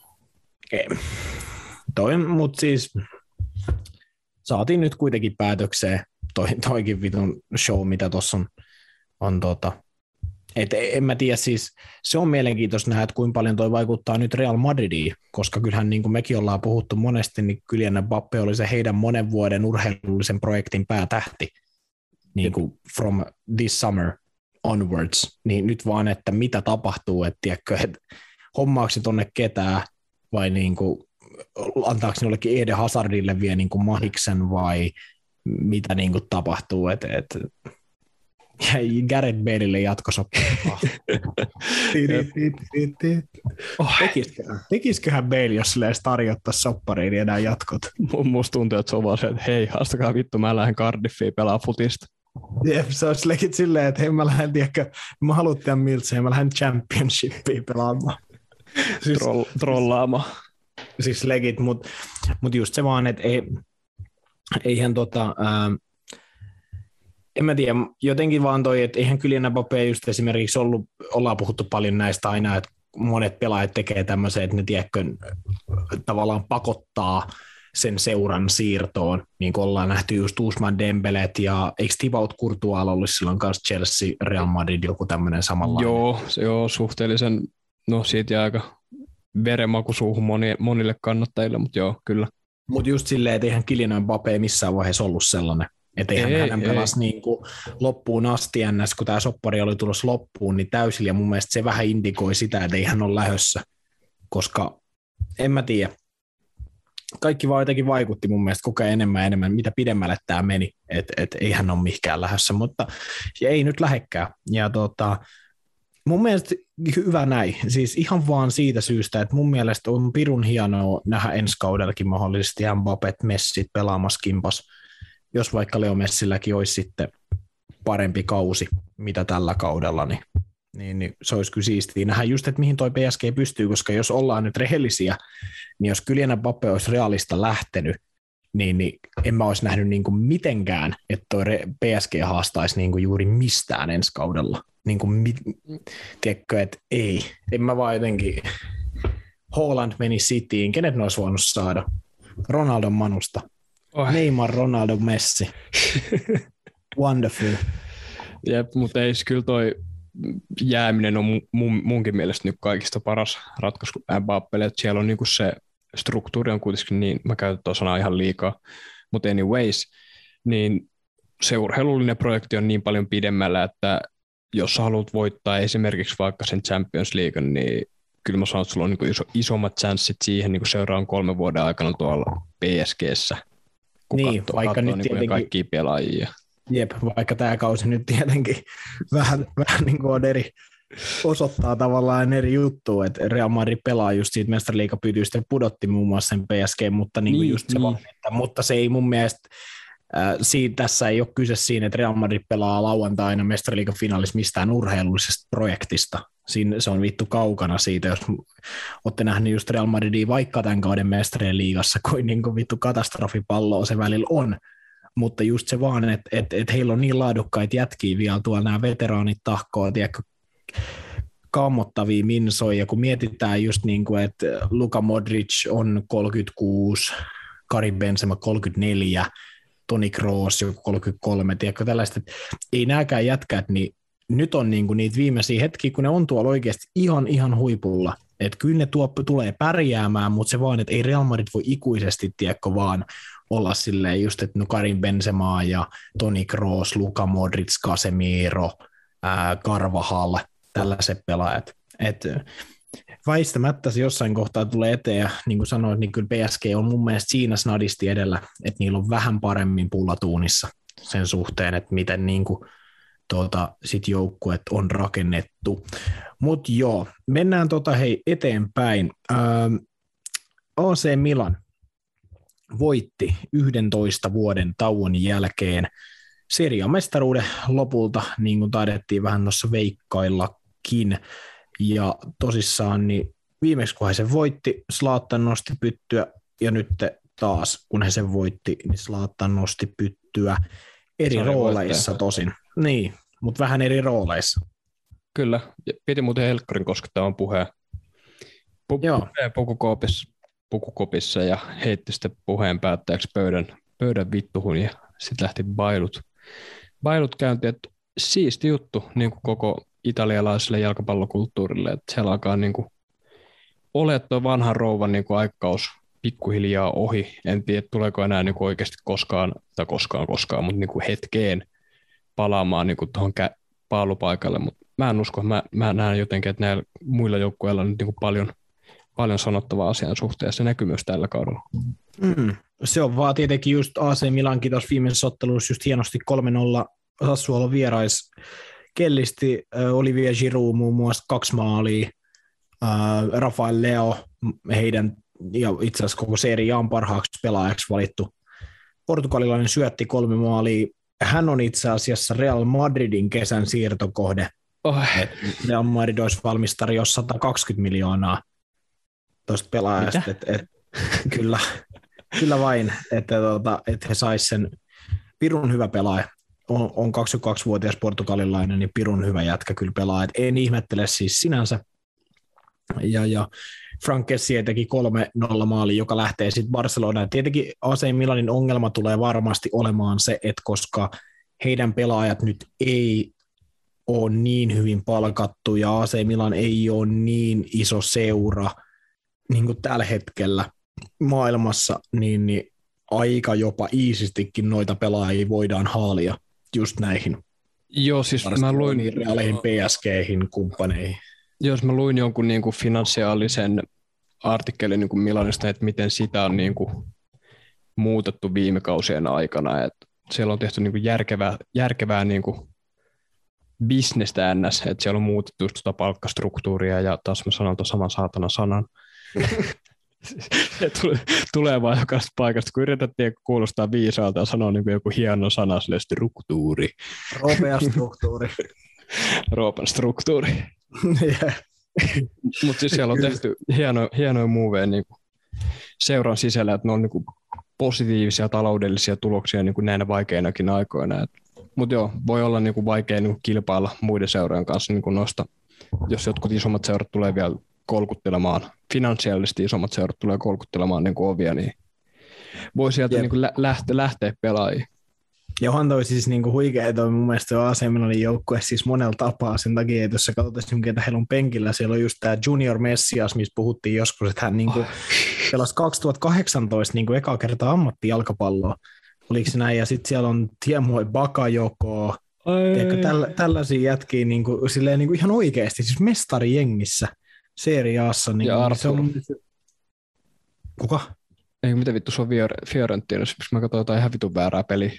toi, mutta siis saatiin nyt kuitenkin päätökseen toi, toikin vitun show, mitä tuossa on, on tota, et en mä tiedä, siis se on mielenkiintoista nähdä, että kuinka paljon toi vaikuttaa nyt Real Madridiin, koska kyllähän niin kuin mekin ollaan puhuttu monesti, niin Kylian Mbappé oli se heidän monen vuoden urheilullisen projektin päätähti, niin kuin from this summer onwards, niin nyt vaan, että mitä tapahtuu, että tiedätkö, että hommaaksi tonne ketään, vai niin kuin, antaako ne jollekin Eden Hazardille vielä niin kuin mahiksen, vai mitä niin kuin tapahtuu, että et, ja Gareth Baleille jatkosopimus. Tekisiköhän, tekisiköhän Bale, jos sille edes tarjottaisi soppariin enää jatkot? Musta tuntuu, että se on vaan se, että hei, haastakaa vittu, mä lähden Cardiffiin pelaa futista. Jep, se olisi legit silleen, että hei, mä lähden, tiedäkö, mä haluan tehdä miltseen, mä lähden championshipiin pelaamaan. Siis, Troll, trollaamaan. siis legit, mutta mut just se vaan, että ei, eihän tota, ää, en mä tiedä, jotenkin vaan toi, että eihän Kylian Mbappé just esimerkiksi ollut, ollaan puhuttu paljon näistä aina, että monet pelaajat tekee tämmöisen, että ne tiedätkö, tavallaan pakottaa sen seuran siirtoon, niin kuin ollaan nähty just Ousmane Dembelet ja eikö Thibaut Courtois ollut silloin kanssa Chelsea, Real Madrid, joku tämmöinen samanlainen? Joo, se on suhteellisen, no siitä jää aika verenmaku suuhun moni, monille kannattajille, mutta joo, kyllä. Mutta just silleen, että eihän Kylian Mbappé missään vaiheessa ollut sellainen. Että eihän ei, hän pelasi niin kuin loppuun asti ennäs, kun tämä soppari oli tulossa loppuun, niin täysillä, ja mun mielestä se vähän indikoi sitä, että ei hän ole lähössä, koska en mä tiedä. Kaikki vaan jotenkin vaikutti mun mielestä koko ajan enemmän ja enemmän, mitä pidemmälle tämä meni, että et ei hän ole mihinkään lähdössä, mutta ei nyt lähekkää. Ja tota, mun mielestä hyvä näin, siis ihan vaan siitä syystä, että mun mielestä on pirun hienoa nähdä ensi kaudellakin mahdollisesti Mbappét, Messit pelaamassa kimpas, jos vaikka Leo Messilläkin olisi sitten parempi kausi, mitä tällä kaudella, niin, niin, niin se olisi kyllä siistiä nähdä just, että mihin toi P S G pystyy, koska jos ollaan nyt rehellisiä, niin jos Kylian Mbappé olisi Realista lähtenyt, niin, niin en mä olisi nähnyt niin kuin mitenkään, että toi P S G haastaisi niin kuin juuri mistään ensi kaudella. Niin kuin, tiedätkö, että ei. En mä vaan jotenkin, Haaland meni Cityin, kenet ne olisi voinut saada? Ronaldon Manusta. Oh. Neymar, Ronaldo, Messi. Wonderful. Jep, mutta ei kyllä toi jääminen on mun, mun, munkin mielestä nyt kaikista paras ratkaisu Mbappélle, että siellä on niinku se struktuuri on kuitenkin niin, mä käytän tuon sanaa ihan liikaa, mutta anyways, niin se urheilullinen projekti on niin paljon pidemmällä, että jos sä haluat voittaa esimerkiksi vaikka sen Champions League, niin kyllä mä sanon, että sulla on niin iso, isommat chanssit siihen niin seuraavan kolmen vuoden aikana tuolla P S G:ssä, kun niin, katsoo, vaikka katsoo nyt niin tietenkin, kaikkia pelaajia. Jep, vaikka tämä kausi nyt tietenkin vähän, vähän niin kuin on eri, osoittaa tavallaan eri juttua, että Real Madrid pelaa just siitä mestariliigapyytyistä ja pudotti muun muassa sen P S G, mutta, niin niin, just se niin. Että, mutta se ei mun mielestä, äh, siitä, tässä ei ole kyse siinä, että Real Madrid pelaa lauantaina mestariliigafinaalissa mistään urheilullisesta projektista. Siinä, se on vittu kaukana siitä, jos olette nähneet just Real Madridia vaikka tämän kauden mestarien liigassa, kuin, niin kuin vittu katastrofipalloa se välillä on. Mutta just se vaan, että et, et heillä on niin laadukkaita jätkiä vielä tuolla, nämä veteraanit tahkoa, tiedätkö, kammottavia minsoja, ja kun mietitään just niin kuin, että Luka Modric on kolmekymmentäkuusi, Karim Benzema kolmekymmentäneljä, Toni Kroos joku kolmekymmentäkolme, tiedätkö tällaista, että ei nääkään jätkät, niin nyt on niin kuin niitä viimeisiä hetkiä, kun ne on tuolla oikeasti ihan, ihan huipulla, että kyllä ne tuo, tulee pärjäämään, mutta se vaan, että ei Real Madrid voi ikuisesti, tiedätkö, vaan olla silleen just, että no Karim Benzema ja Toni Kroos, Luka Modric, Casemiro, ää, Carvajal, tällaiset pelaajat. Et väistämättä se jossain kohtaa tulee eteen, ja niin kuin sanoit, niin kyllä P S G on mun mielestä siinä snadisti edellä, että niillä on vähän paremmin pullatuunissa sen suhteen, että miten niin kuin, tuota, sit joukkueet on rakennettu. Mutta joo, mennään tota, hei, eteenpäin. Ähm, A C Milan voitti yhdentoista vuoden tauon jälkeen Serie A-mestaruuden lopulta, niin kuin taidettiin vähän tuossa veikkaillakin. Ja tosissaan niin viimeksi kun he sen voitti, Zlatan nosti pyttyä, ja nyt taas kun he sen voitti, niin Zlatan nosti pyttyä eri rooleissa tosin. Niin, mutta vähän eri rooleissa. Kyllä, piti muuten Helkkarin koskettavan puheen Pu- pukukopissa, pukukopissa ja heitti sitten puheen päättäjäksi pöydän, pöydän vittuhun ja sitten lähti bailut, bailut käyntiin, että siisti juttu niin kuin koko italialaiselle jalkapallokulttuurille, että siellä alkaa niin kuin ole tuo vanhan rouvan niin kuin aikakaus pikkuhiljaa ohi. En tiedä, tuleeko enää niin kuin oikeasti koskaan, tai koskaan koskaan, mutta niin kuin hetkeen palaamaan niin kuin tuohon kä- paalupaikalle, mutta mä en usko, mä, mä näen jotenkin, että näillä muilla joukkueilla on nyt niin kuin paljon, paljon sanottavaa asian suhteen, ja se näkyy myös tällä kaudella. Mm, se on vaan tietenkin just A C Milankin tuossa viimeisessä ottelussa just hienosti kolme nolla Sassuolon vierais kellisti, äh, Olivier Giroud muun muassa kaksi maalia, äh, Rafael Leo heidän ja itse asiassa koko Serie A:n parhaaksi pelaajaksi valittu portugalilainen syötti kolme maalia. Hän on itse asiassa Real Madridin kesän siirtokohde. Oh. Real Madrid olisi valmis tarjoa sata kaksikymmentä miljoonaa tuosta pelaajasta. Et, et, Kyllä, kyllä vain, että, tuota, että he sais sen pirun hyvä pelaaja. On, on kaksikymmentäkaksivuotias portugalilainen, niin pirun hyvä jätkä kyllä pelaa. Et en ihmettele siis sinänsä. Ja, ja Frank Kessié teki kolme nolla maali, joka lähtee sitten Barcelonaan. Tietenkin A C Milanin ongelma tulee varmasti olemaan se, että koska heidän pelaajat nyt ei ole niin hyvin palkattu ja A C Milan ei ole niin iso seura niin kuin tällä hetkellä maailmassa, niin, niin aika jopa iisistikin noita pelaajia voidaan haalia just näihin. Joo, siis mä luin Realeihin, P S G:ihin, kumppaneihin. Jos mä luin jonkun niin kuin finanssiaalisen artikkelin niin kuin Milanista, että miten sitä on niin kuin muutettu viime kausien aikana, että siellä on tehty niin kuin järkevää, järkevää niin kuin bisnestä ns, että siellä on muutettu just sitä palkkastruktuuria ja taas mä sanon tuon saman saatana sanan. Se tulee, tulee vaan jokaisesta paikasta, kun yrität kuulostaa viisaalta ja sanoa niin kuin joku hieno sana, sille struktuuri. Ropea struktuuri. Roopan struktuuri. Yeah. Mutta siis siellä on tehty hieno, hienoja moveja niin seuran sisällä, että ne on niin kuin positiivisia taloudellisia tuloksia niin kuin näinä vaikeinakin aikoina. Mutta joo, voi olla niin kuin vaikea niin kuin kilpailla muiden seurojen kanssa niin kuin noista, jos jotkut isommat seurat tulee vielä kolkuttelemaan, finansiaalisesti isommat seurat tulee kolkuttelemaan niin kuin ovia, niin voi sieltä niin kuin lähteä, lähteä pelaajiin. Ja onhan toi siis niinku huikea toi mun mielestä jo A C Milanin joukkue siis monella tapaa sen takia, että jos sä katsotaan, ketä heillä on penkillä, siellä on just tää Junior Messias, mistä puhuttiin joskus, että hän niinku oh. pelasi kaksituhattakahdeksantoista niinku ekaa kertaa ammattijalkapalloa. Oliko se näin? Ja sitten siellä on Tiemoi Bakayoko, tiedätkö, tällä, tällaisia jätkiä niinku, silleen niinku ihan oikeasti, siis mestarijengissä Serie A:ssa. Niinku, ja Arthur. On... Kuka? Ei, mitä vittu, se on Fiorentina, miksi mä katsoin jotain ihan vitun väärää peliä.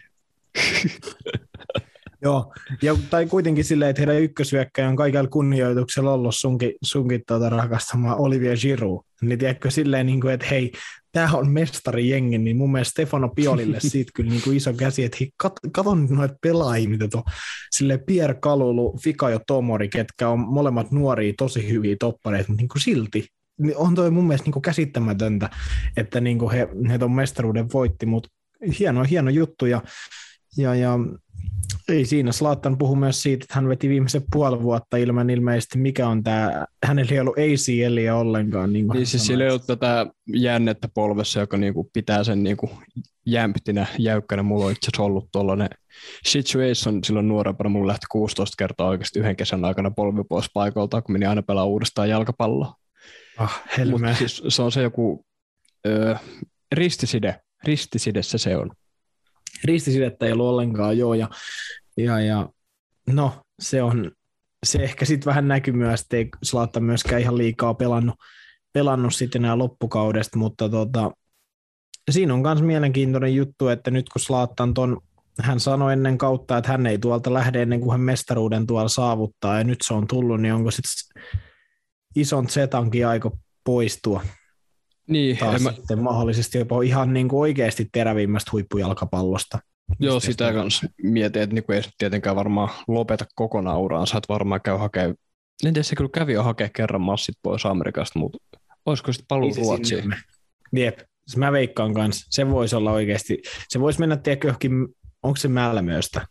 Joo, ja, tai kuitenkin silleen, että heidän ykkösyökkäjä on kaikella kunnioituksella ollut sunkin, sunkin tuota rakastamaan Olivier Giroud. Niin tiedätkö silleen, niin kuin, että hei, tämä on mestarijengi, niin mun mielestä Stefano Piolille siitä kyllä niin kuin iso käsi, että hei, kat, kato nyt noita pelaajia, mitä tuo silleen Pierre Kalulu, Fikayo Tomori, ketkä on molemmat nuoria, tosi hyviä toppareita, mutta niin kuin silti niin on toi mun mielestä niin kuin käsittämätöntä, että niin kuin he, he ton mestaruuden voitti, mutta hieno, hieno juttu, ja Ja, ja ei siinä. Zlatan puhui myös siitä, että hän veti viimeisen puoli vuotta ilman ilmeisesti, mikä on tämä, hänellä ei ollut A C L:iä ollenkaan. Niin, niin siis sillä ei ollut tätä jännettä polvessa, joka niinku pitää sen niinku jämptinä, jäykkänä. Mulla on itse asiassa ollut tuollainen situation silloin nuorempana. Mulla lähti kuusitoista kertaa oikeasti yhden kesän aikana polvi pois paikalta, kun meni aina pelaa uudestaan jalkapalloa. Ah, helme. Siis se on se joku ö, ristiside. Ristisidessä se on. Ristisidettä ei ollut ollenkaan, joo, ja, ja, ja no, se on, se ehkä sitten vähän näkyy myös, että ei Zlatan myöskään ihan liikaa pelannut, pelannut sitten enää loppukaudesta, mutta tota, siinä on myös mielenkiintoinen juttu, että nyt kun Zlatan ton, hän sanoi ennen kautta, että hän ei tuolta lähde ennen kuin hän mestaruuden tuolla saavuttaa, ja nyt se on tullut, niin onko sitten ison Zetankin aika poistua? Niin, taas mä... sitten mahdollisesti jopa ihan niin kuin oikeasti terävimmästä huippujalkapallosta. Joo, sitä kanssa mietin, että niinku ei tietenkään varmaan lopeta kokonaan uraansa, että varmaan käy hakemaan, en tiedä, se kyllä kävi jo hakemaan kerran massit pois Amerikasta, mutta olisiko sitten paluu Ruotsiin? Jep, mä veikkaan kanssa, se voisi olla oikeasti, se voisi mennä tiedäkö johonkin, onko se Mälmöstä?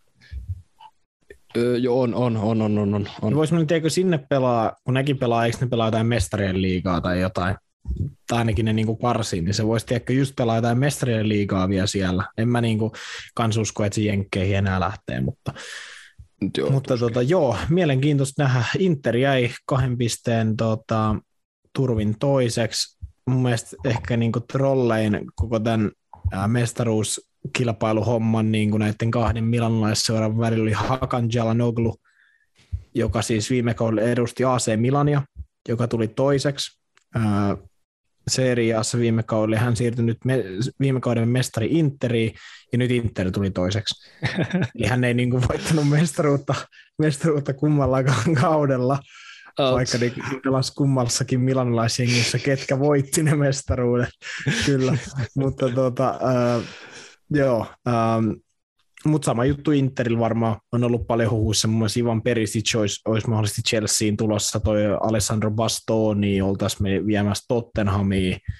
Öö, joo, on, on, on, on, on. on. Voisi mennä tiedäkö sinne pelaa, kun nekin pelaa, eikö ne pelaa jotain mestarien liigaa tai jotain? Tai ainakin ne niinku karsii, niin se voisi tiedäkö just pelaa jotain mestarien liigaa vielä siellä. En mä niinku kans usko, että se jenkkeihin enää lähtee, mutta, joo, mutta tota, joo, mielenkiintoista nähdä. Inter jäi kahden pisteen tota, turvin toiseksi. Mun mielestä ehkä niinku trollein koko tämän ää, mestaruuskilpailuhomman niinku näiden kahden milanilaisseuran välillä oli Hakan Çalhanoğlu, joka siis viime kaudella edusti A C Milania, joka tuli toiseksi. Ää, Serie A:ssa viime kaudella, hän siirtyi nyt me, viime kauden mestari Interiin, ja nyt Inter tuli toiseksi. Eli hän ei niin kuin voittanut mestaruutta, mestaruutta kummallakaan kaudella, Outs. Vaikka ne pelasi kummalsakin milanilaisjengissä, ketkä voitti ne mestaruudet. Kyllä, mutta tota, äh, joo, ähm, mutta sama juttu Interillä varmaan on ollut paljon huhuissa. Mun mielestä Ivan Perisic olisi, olisi mahdollisesti Chelseain tulossa. Toi Alessandro Bastoni oltaisiin viemässä Tottenhamiin.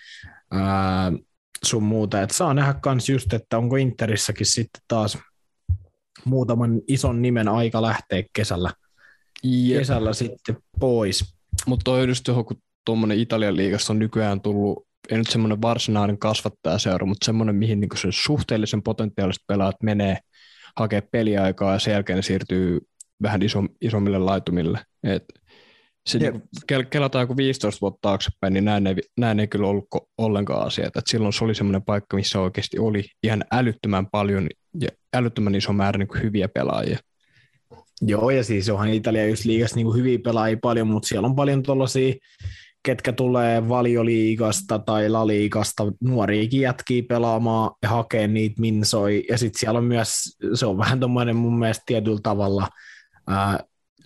ää, sun muuta. Et saa nähdä kans just, että onko Interissäkin sitten taas muutaman ison nimen aika lähteä kesällä, kesällä sitten pois. Mutta toi just tuohon, kun tuommoinen Italian liigassa on nykyään tullut, ei nyt semmoinen varsinainen kasvattajaseura, mutta semmoinen, mihin niinku se suhteellisen potentiaaliset pelaajat menee hakee peliaikaa ja sen jälkeen ne siirtyy vähän iso, isommille laitumille. Et se niinku, kelataan joku viisitoista vuotta taaksepäin, niin näin ei, näin ei kyllä ollut ollenkaan asia. Et silloin se oli semmoinen paikka, missä oikeasti oli ihan älyttömän paljon ja älyttömän iso määrä niinku hyviä pelaajia. Joo, ja siis onhan Italia just liigassa niinku hyviä pelaajia paljon, mutta siellä on paljon tuollaisia, ketkä tulee Valioliigasta tai Laliigasta nuoriakin jätkiä pelaamaan ja hakee niitä minsoi. Ja sitten siellä on myös, se on vähän tuommoinen mun mielestä tietyllä tavalla ää,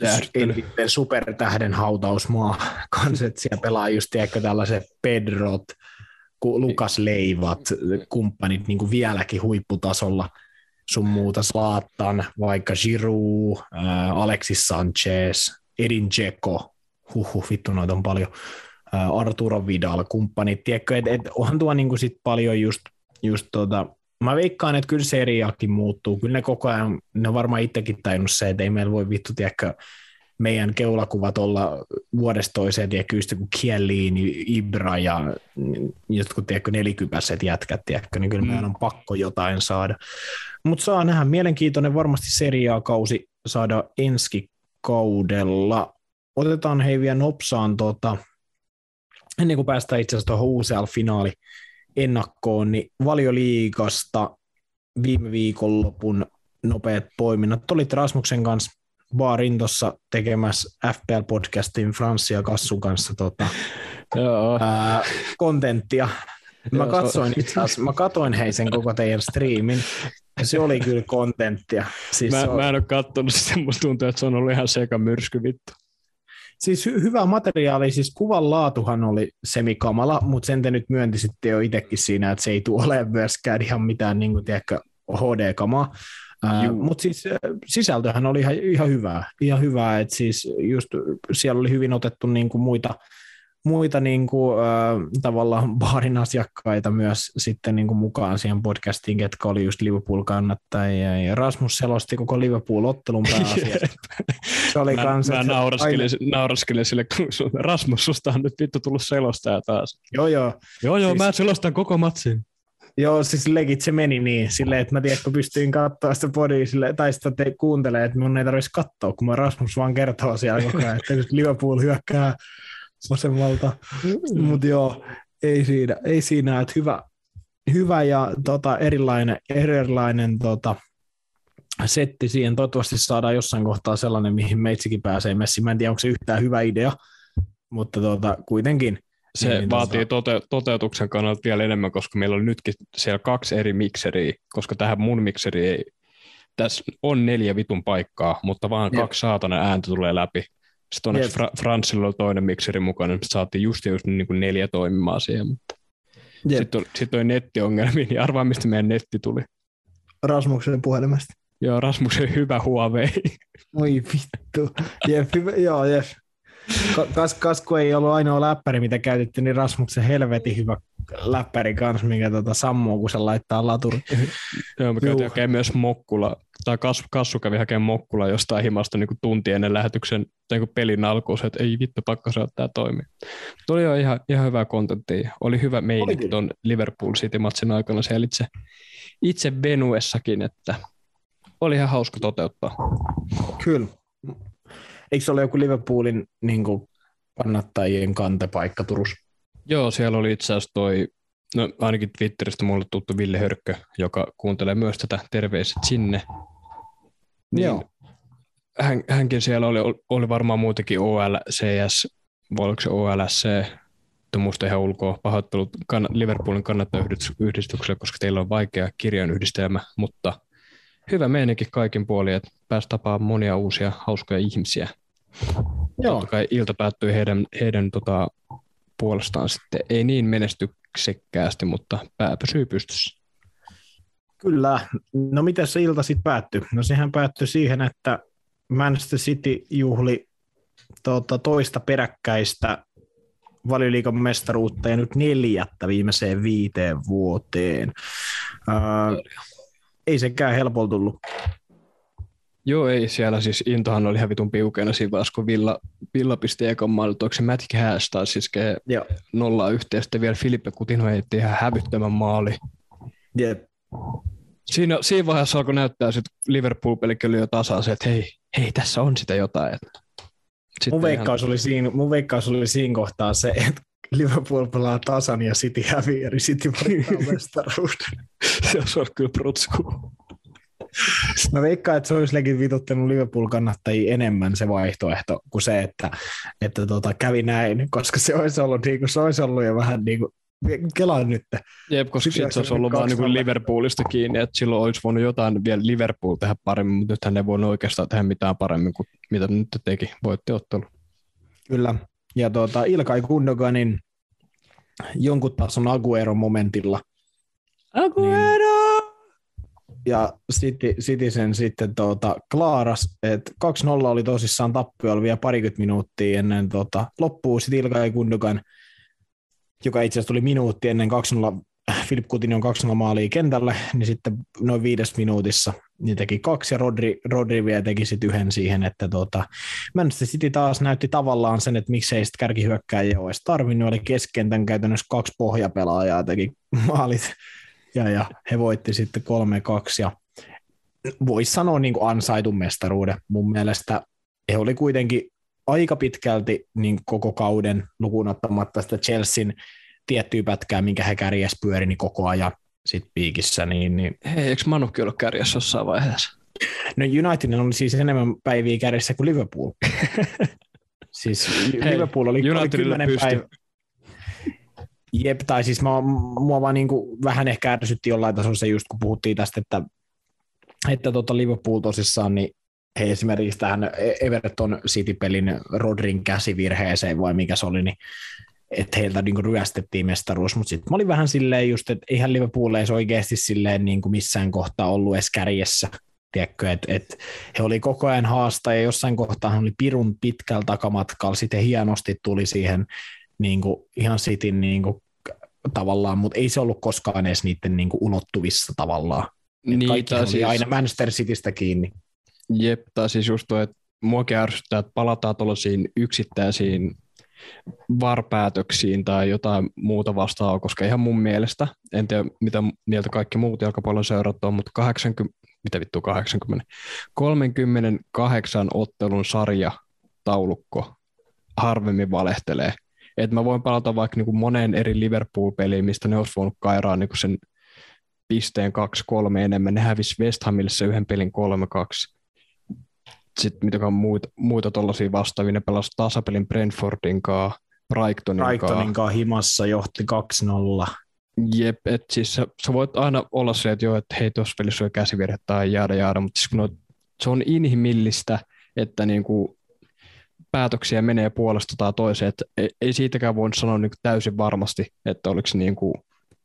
supertähden hautausmaa kanssa, että siellä pelaa just tiedätkö tällaiset Pedrot, Lukas Leivat, kumppanit niin kuin vieläkin huipputasolla. Sun muuta Zlatan, vaikka Giroud, ää, Alexis Sanchez, Edin Dzeko, huhhuh, vittu noita on paljon, ää, Arturo Vidal, kumppanit, tiedätkö, että et, onhan tuo niinku sit paljon just, just tota, mä veikkaan, että kyllä seriakin muuttuu, kyllä ne koko ajan, ne on varmaan itsekin tajunnut se, että ei meillä voi vittu, tiedätkö, meidän keulakuvat olla vuodesta toiseen, tiedätkö, just kuin Chiellini, Ibra ja jotkut, tiedätkö, nelikypäiset jätkät, tiedätkö, niin kyllä mm. meidän on pakko jotain saada. Mutta saa nähdä, mielenkiintoinen varmasti seriaakausi saada ensi kaudella. Otetaan hei vielä nopsaan, tota, ennen kuin päästään itse asiassa tuohon U C L-finaali ennakkoon, niin Valioliigasta viime viikonlopun nopeat poiminnat. Olit Rasmuksen kanssa baarin tuossa tekemässä F P L-podcastin Franssi ja Kassun kanssa tota, ää, kontenttia. Mä katsoin itse asiassa, mä katoin hei sen koko teidän striimin. Se oli kyllä kontenttia. Siis mä, on... mä en ole katsonut sitä, musta tuntuu, että se on ollut ihan sekamyrsky vittu. Siis hy- hyvä materiaali, siis kuvan laatuhan oli semikamala, mutta sen te nyt myöntisitte jo itsekin siinä, että se ei tule olemaan myöskään ihan mitään niin kuin, tiedätkö, H D-kamaa. Uh, mutta siis sisältöhän oli ihan, ihan hyvää, ihan hyvää, että siis just siellä oli hyvin otettu niinku muita, muita niinku, uh, tavallaan baarin asiakkaita myös sitten niinku mukaan siihen podcastiin, ketkä oli just Liverpool-kannattajia, ja Rasmus selosti koko Liverpool-ottelun pääasiassa. Se oli mä kans, mä nauraskelin, aina... nauraskelin sille, kun Rasmus, susta on nyt vittu tullut selostaja taas. Joo, joo. Joo, joo, siis... mä selostan koko matsin. Joo, siis legit se meni niin, silleen, että mä tiedän, kun pystyin katsoa sitä podia, tai sitä te kuuntelee, että mun ei tarvitsisi katsoa, kun mä Rasmus vaan kertoo siellä koko ajan, että nyt Liverpool hyökkää vasemmalta, mm. mutta joo, ei siinä, ei siinä, että hyvä, hyvä ja tota, erilainen, erilainen tota, setti siihen, toivottavasti saadaan jossain kohtaa sellainen, mihin meitsikin pääsee messiin, mä en tiedä, onko se yhtään hyvä idea, mutta tota, kuitenkin. Se niin, vaatii tote, toteutuksen kannalta vielä enemmän, koska meillä on nytkin siellä kaksi eri mikseriä, koska tähän mun mikseri ei, tässä on neljä vitun paikkaa, mutta vaan Jep. kaksi saatana ääntä tulee läpi. Sitten onneksi Fra- Franssilla oli toinen mikseri mukana, niin saatiin just, just niin kuin neljä toimimaan siihen, mutta Jep. sitten oli, sit oli nettiongelmia, niin arvaa, mistä meidän netti tuli. Rasmuksen puhelimesta. Joo, Rasmuksen hyvä Huawei. Oi vittu. Jep, hyvä, joo, jep. Kas, kas kun ei ollut ainoa läppäri, mitä käytettiin, niin Rasmuksen helvetin hyvä läppäri kanssa, mikä tota sammuu, kun se laittaa laturi. Joo, me käytiin hakemaan myös Mokkula, tai Kassu, Kassu kävi hakemaan Mokkula jostain himasta niin tunti ennen lähetyksen niin pelin alkuun, että ei vittu, pakko saada tämä toimia. Tuo oli jo ihan, ihan hyvää kontenttia. Oli hyvä meininki tuon Liverpool City-matsin aikana siellä itse, itse venuessakin, että oli ihan hauska toteuttaa. Kyllä. Eikö se ole joku Liverpoolin niin kuin kannattajien kantepaikka Turussa? Joo, siellä oli itse asiassa toi, no ainakin Twitteristä mulle tuttu Ville Hörkkö, joka kuuntelee myös tätä, terveiset sinne. Niin Joo. Hän, hänkin siellä oli, oli varmaan muitakin O L C S, vai oliko se O L S C, että muista ihan ulkoa pahoittelut kann, Liverpoolin kannattajayhdistykselle, koska teillä on vaikea kirjainyhdistelmä, mutta hyvä meininki kaikin puolin, että pääsi tapaamaan monia uusia hauskoja ihmisiä. Joo. Totta kai ilta päättyi heidän, heidän tota, puolestaan sitten ei niin menestyksekkäästi, mutta pää pysyy pystyssä. Kyllä. No miten se ilta sitten päättyi? No sehän päättyi siihen, että Manchester City juhli tuota, toista peräkkäistä Valioliigan mestaruutta ja nyt neljättä viimeiseen viiteen vuoteen. Öö, ei sekään helpolla tullut. Joo, ei siellä siis Intohan oli ihan vitun piukeena siinä vaiheessa, kun Villa, Villa pisti ekan maalin, onko se Matt Cash taas siis nollaa yhteen, sitten vielä Filippe Coutinho heitti ihan hävyttömän maali. Jep. Siinä, siinä vaiheessa alkoi näyttää, että Liverpool-pelikin oli jo tasaisen, että hei, hei, tässä on sitä jotain. Mun veikkaus, ihan... oli siinä, mun veikkaus oli siinä kohtaa se, että Liverpool pelaa tasan ja City häviää, ja City voittaa mestaruuden. Se olisi ollut kyllä protsku. Mä veikkaan, että se olisi lekin vituttanut Liverpool-kannattajia enemmän se vaihtoehto kuin se, että, että tota, kävi näin, koska se olisi ollut, niin kuin, se olisi ollut jo vähän niin kuin, kelaan nyt. Jep, koska sitten se olisi ollut vaan niin kuin Liverpoolista kiinni, että silloin olisi voinut jotain vielä Liverpool tehdä paremmin, mutta nythän ne voinut oikeastaan tehdä mitään paremmin kuin mitä nyt teki, voitti ottelu. Kyllä, ja tuota, Ilkay Gundoganin jonkun tason Aguero momentilla. Aguero! Niin, ja City, City sen sitten tuota, klaaras, että kaksi nolla oli tosissaan tappiolla vielä parikymmentä minuuttia ennen tuota, loppuu. Sitten Ilkay Gundogan, joka itse asiassa tuli minuutti ennen kaksi nolla, Philippe Coutinhon kaksi nolla maalia kentälle, niin sitten noin viides minuutissa niin teki kaksi, ja Rodri, Rodri vielä teki sitten yhden siihen, että tuota, Manchester City taas näytti tavallaan sen, että miksei sitten kärkihyökkääjiä olisi tarvinnut, oli keskentän käytännössä kaksi pohjapelaajaa teki maalit, ja, ja he voitti sitten kolme kaksi, ja voisi sanoa niin kuin ansaitun mestaruuden. Mun mielestä he oli kuitenkin aika pitkälti niin koko kauden lukuun ottamatta sitä Chelsean tiettyä pätkää, minkä he kärjessä pyöri niin koko ajan sit piikissä. Niin, niin. Hei, eikö Manukin ollut kärjessä jossain vaiheessa? No United oli siis enemmän päiviä kärjessä kuin Liverpool. Siis Hei, Liverpool oli, oli kymmenen päivää. Jep, tai siis mä, mua vaan niin kuin vähän ehkä ärsytti jollain tasolla se just, kun puhuttiin tästä, että, että tota Liverpool tosissaan, niin he esimerkiksi tähän Everton City-pelin Rodrin käsivirheeseen, vai mikä se oli, niin että heiltä niin kuin ryöstettiin mestaruus, mutta sitten mä olin vähän silleen just, että eihän Liverpool edes oikeasti silleen niin kuin missään kohtaa ollut edes kärjessä, tiedätkö, että, että he oli koko ajan haasta, ja jossain kohtaa he oli pirun pitkällä takamatkalla, sitten hienosti tuli siihen niin kuin ihan Cityn niin kuin tavallaan, mutta ei se ollut koskaan edes niiden niin kuin ulottuvissa tavallaan. Niin, kaikki oli siis aina Manchester Citystä kiinni. Jep, tai siis just tuo, että muakin ärsyttää, että palataan tuollaisiin yksittäisiin varpäätöksiin tai jotain muuta vastaavaa, koska ihan mun mielestä, en tiedä mitä mieltä kaikki muut jalkapallon seurat on, mutta kahdeksankymmentä, mitä vittu kahdeksankymmentä, kolmekymmentäkahdeksan ottelun sarja taulukko harvemmin valehtelee. Että mä voin palata vaikka niinku moneen eri Liverpool-peliin, mistä ne olisi voinut kairaa niinku sen pisteen kaksi kolme enemmän. Ne hävisi West Hamille se yhden pelin kolme kaksi. Sitten mitäkään muita, muita tuollaisia vastaavia. Ne pelasi tasapelin Brentfordin kanssa, Brightonin kanssa. Brightonin kanssa himassa johti kaksi nolla. Jep, että siis sä, sä voit aina olla se, että joo, että hei, tuossa pelissä on käsivirhe tai jaada jaada, mutta siis kun no, se on inhimillistä, että niinku päätöksiä menee puolesta tai toiseen, että ei, ei siitäkään voinut sanoa niinku täysin varmasti, että oliko se niinku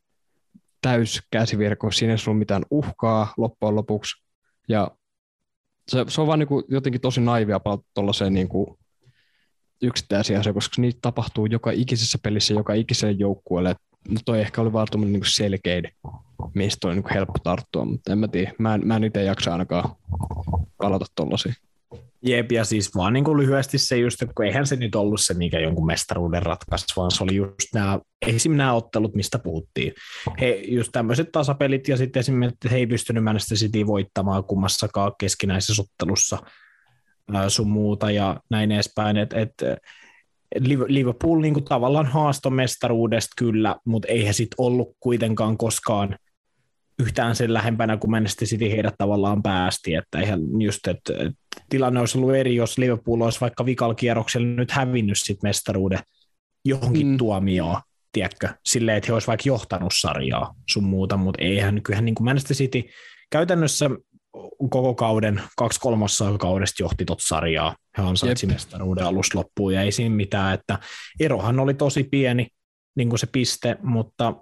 täys käsivirhe, kun siinä ei ollut mitään uhkaa loppujen lopuksi, ja se, se on vaan niinku jotenkin tosi naivia palata tuollaiseen niinku yksittäisiä asioita, koska niitä tapahtuu joka ikisessä pelissä, joka ikiselle joukkueelle. No toi ehkä oli vaan tuommoinen niinku selkein, mistä on niinku helppo tarttua, mutta en mä tiedä. Mä en, mä en itse jaksa ainakaan palata tuollaisiin. Jep, ja siis vaan niin kuin lyhyesti se just, että eihän se nyt ollut se, mikä jonkun mestaruuden ratkaisi, vaan se oli just nämä, esimerkiksi nämä ottelut, mistä puhuttiin. He just tämmöiset tasapelit, ja sitten esimerkiksi, että he ei pystynyt Manchester City voittamaan kummassakaan keskinäisessä ottelussa sun muuta, ja näin edespäin, että et, Liverpool niin kuin tavallaan haastoi mestaruudesta kyllä, mutta eihän sit ollut kuitenkaan koskaan yhtään sen lähempänä, kun Manchester City heidät tavallaan päästi, että eihän just, että tilanne olisi ollut eri, jos Liverpool olisi vaikka vikalla kierroksella nyt hävinnyt sit mestaruuden johonkin mm. tuomioon, tiedätkö, silleen, että he olisi vaikka johtanut sarjaa sun muuta, mutta eihän kyllähän niin kuin Manchester City käytännössä koko kauden, kaksi kolmasosaa kaudesta johti tot sarjaa, he ansaitsi mestaruuden alusta loppuun, ja ei siinä mitään, että erohan oli tosi pieni, niin kuin se piste, mutta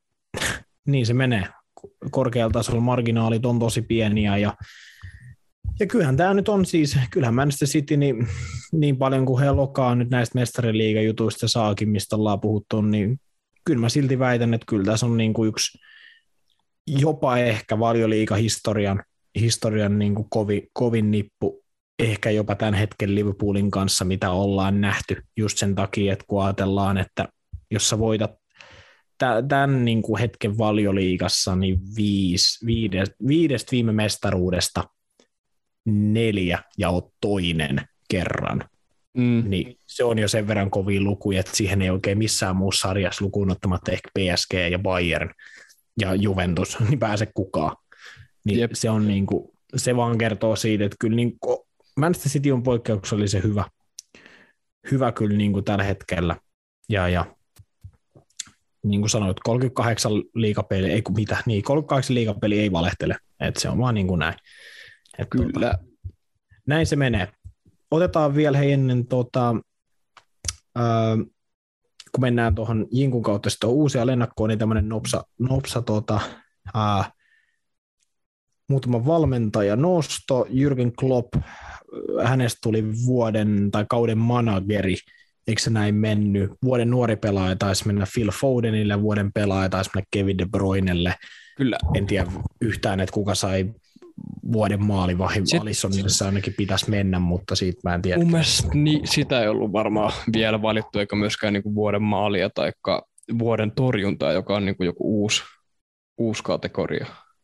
niin se menee. Korkealla tasolla marginaalit on tosi pieniä, ja Ja kyllähän tämä nyt on siis, kyllähän Manchester City niin, niin paljon kuin he lokaa nyt näistä mestariliigajutuista saakin, mistä ollaan puhuttu, niin kyllä mä silti väitän, että kyllä tässä on niin kuin yksi jopa ehkä Valioliiga-historian historian niin kuin kovin, kovin nippu, ehkä jopa tämän hetken Liverpoolin kanssa, mitä ollaan nähty, just sen takia, että kun ajatellaan, että jos sä voitat tämän niin kuin hetken Valioliigassa, niin viis, viides, viidestä viime mestaruudesta neljä ja oot toinen kerran, mm. niin se on jo sen verran kovia lukuja, että siihen ei oikein missään muussa sarjassa lukuun ottamatta ehkä P S G ja Bayern ja Juventus, niin pääse kukaan. Niin se, on niin kuin, se vaan kertoo siitä, että kyllä niin kuin Manchester City on poikkeuksellisen hyvä, hyvä kyllä niin kuin tällä hetkellä. Ja, ja niin kuin sanoit, kolmekymmentäkahdeksan liigapeli, ei kun mitä, niin kolmekymmentäkahdeksan liigapeli ei valehtele, että se on vaan niin kuin näin. Että kyllä. Tuota, näin se menee. Otetaan vielä hei ennen, tuota, ää, kun mennään tuohon Jinkun kautta sitten uusia lennakkoon, niin tämmöinen nopsa, nopsa tuota, ää, muutama valmentaja nosto. Jürgen Klopp, hänestä tuli vuoden tai kauden manageri, eikö se näin mennyt? Vuoden nuori pelaaja taisi mennä Phil Fodenille, vuoden pelaaja taisi mennä Kevin De Bruynelle. Kyllä. En tiedä yhtään, että kuka sai vuoden maalivahdin. Alissonille ainakin pitäisi mennä, mutta siitä mä en tiedä. Mun mielestä niin, sitä ei ollut varmaan vielä valittu, eikä myöskään niin kuin vuoden maalia tai vuoden torjuntaa, joka on niin kuin joku uusi, uusi kategoria.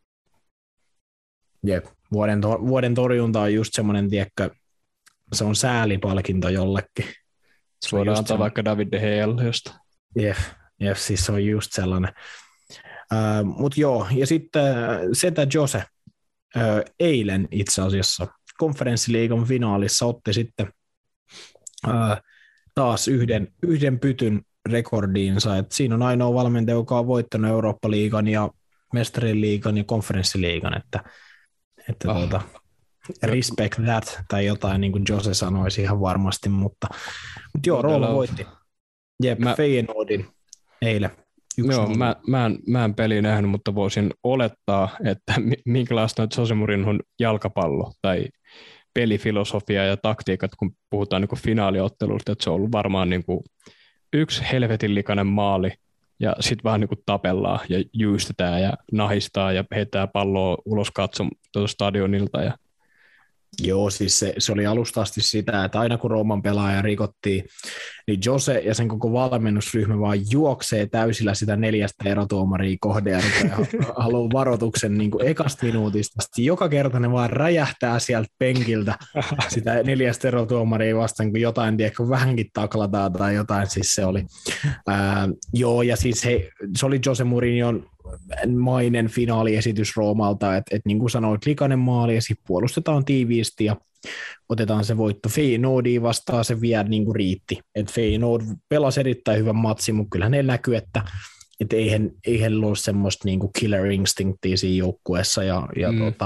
Jep. Vuoden, to- vuoden torjunta on just semmoinen, tiedätkö, se on säälipalkinto jollekin. Suodaan antaa vaikka David De Gealle josta. Jep, jep, siis se on just sellainen. Uh, Mutta joo, ja sitten Setä Jose uh, eilen itse asiassa konferenssiliigan finaalissa otti sitten uh, taas yhden, yhden pytyn rekordiinsa. Et siinä on ainoa valmentaja, joka on voittanut Eurooppa-liigan ja Mestariliigan ja konferenssiliigan, että, että ah. tuota, respect that, tai jotain niin kuin Jose sanoisi ihan varmasti, mutta, mutta joo, Rooma voitti. Jep, mä, Feyenoordin eilen. Joo, mä, mä, en, mä en peli nähnyt, mutta voisin olettaa, että minkälaista on Jose Mourinhon jalkapallo tai pelifilosofia ja taktiikat, kun puhutaan niin kuin finaaliottelusta, että se on ollut varmaan niin kuin yksi helvetin likainen maali, ja sitten vähän niin kuin tapellaan ja jyystetään ja nahistaa ja heittää palloa ulos katson tuota stadionilta. Ja joo, siis se, se oli alusta asti sitä, että aina kun Rooman pelaaja rikottiin, niin Jose ja sen koko valmennusryhmä vaan juoksee täysillä sitä neljästä erotuomaria kohde ja haluaa varoituksen niin kuin ekasta minuutista. Sitten joka kerta ne vaan räjähtää sieltä penkiltä sitä neljästä erotuomaria vastaan, kun jotain tiedätkö, vähänkin taklataan tai jotain. Siis se oli. Ää, joo, ja siis he, se oli Jose Mourinhon mainen finaaliesitys Roomalta, että et niin kuin sanoit, likainen maali ja sitten puolustetaan tiiviisti ja otetaan se voitto. Feyenoordia vastaan se vielä niin kuin riitti. Et Feyenoord pelasi erittäin hyvän matsi, mutta kyllähän ne näkyy, että et eihän, eihän ole semmoista niin kuin killer instinctia siinä joukkueessa ja, ja mm. tota,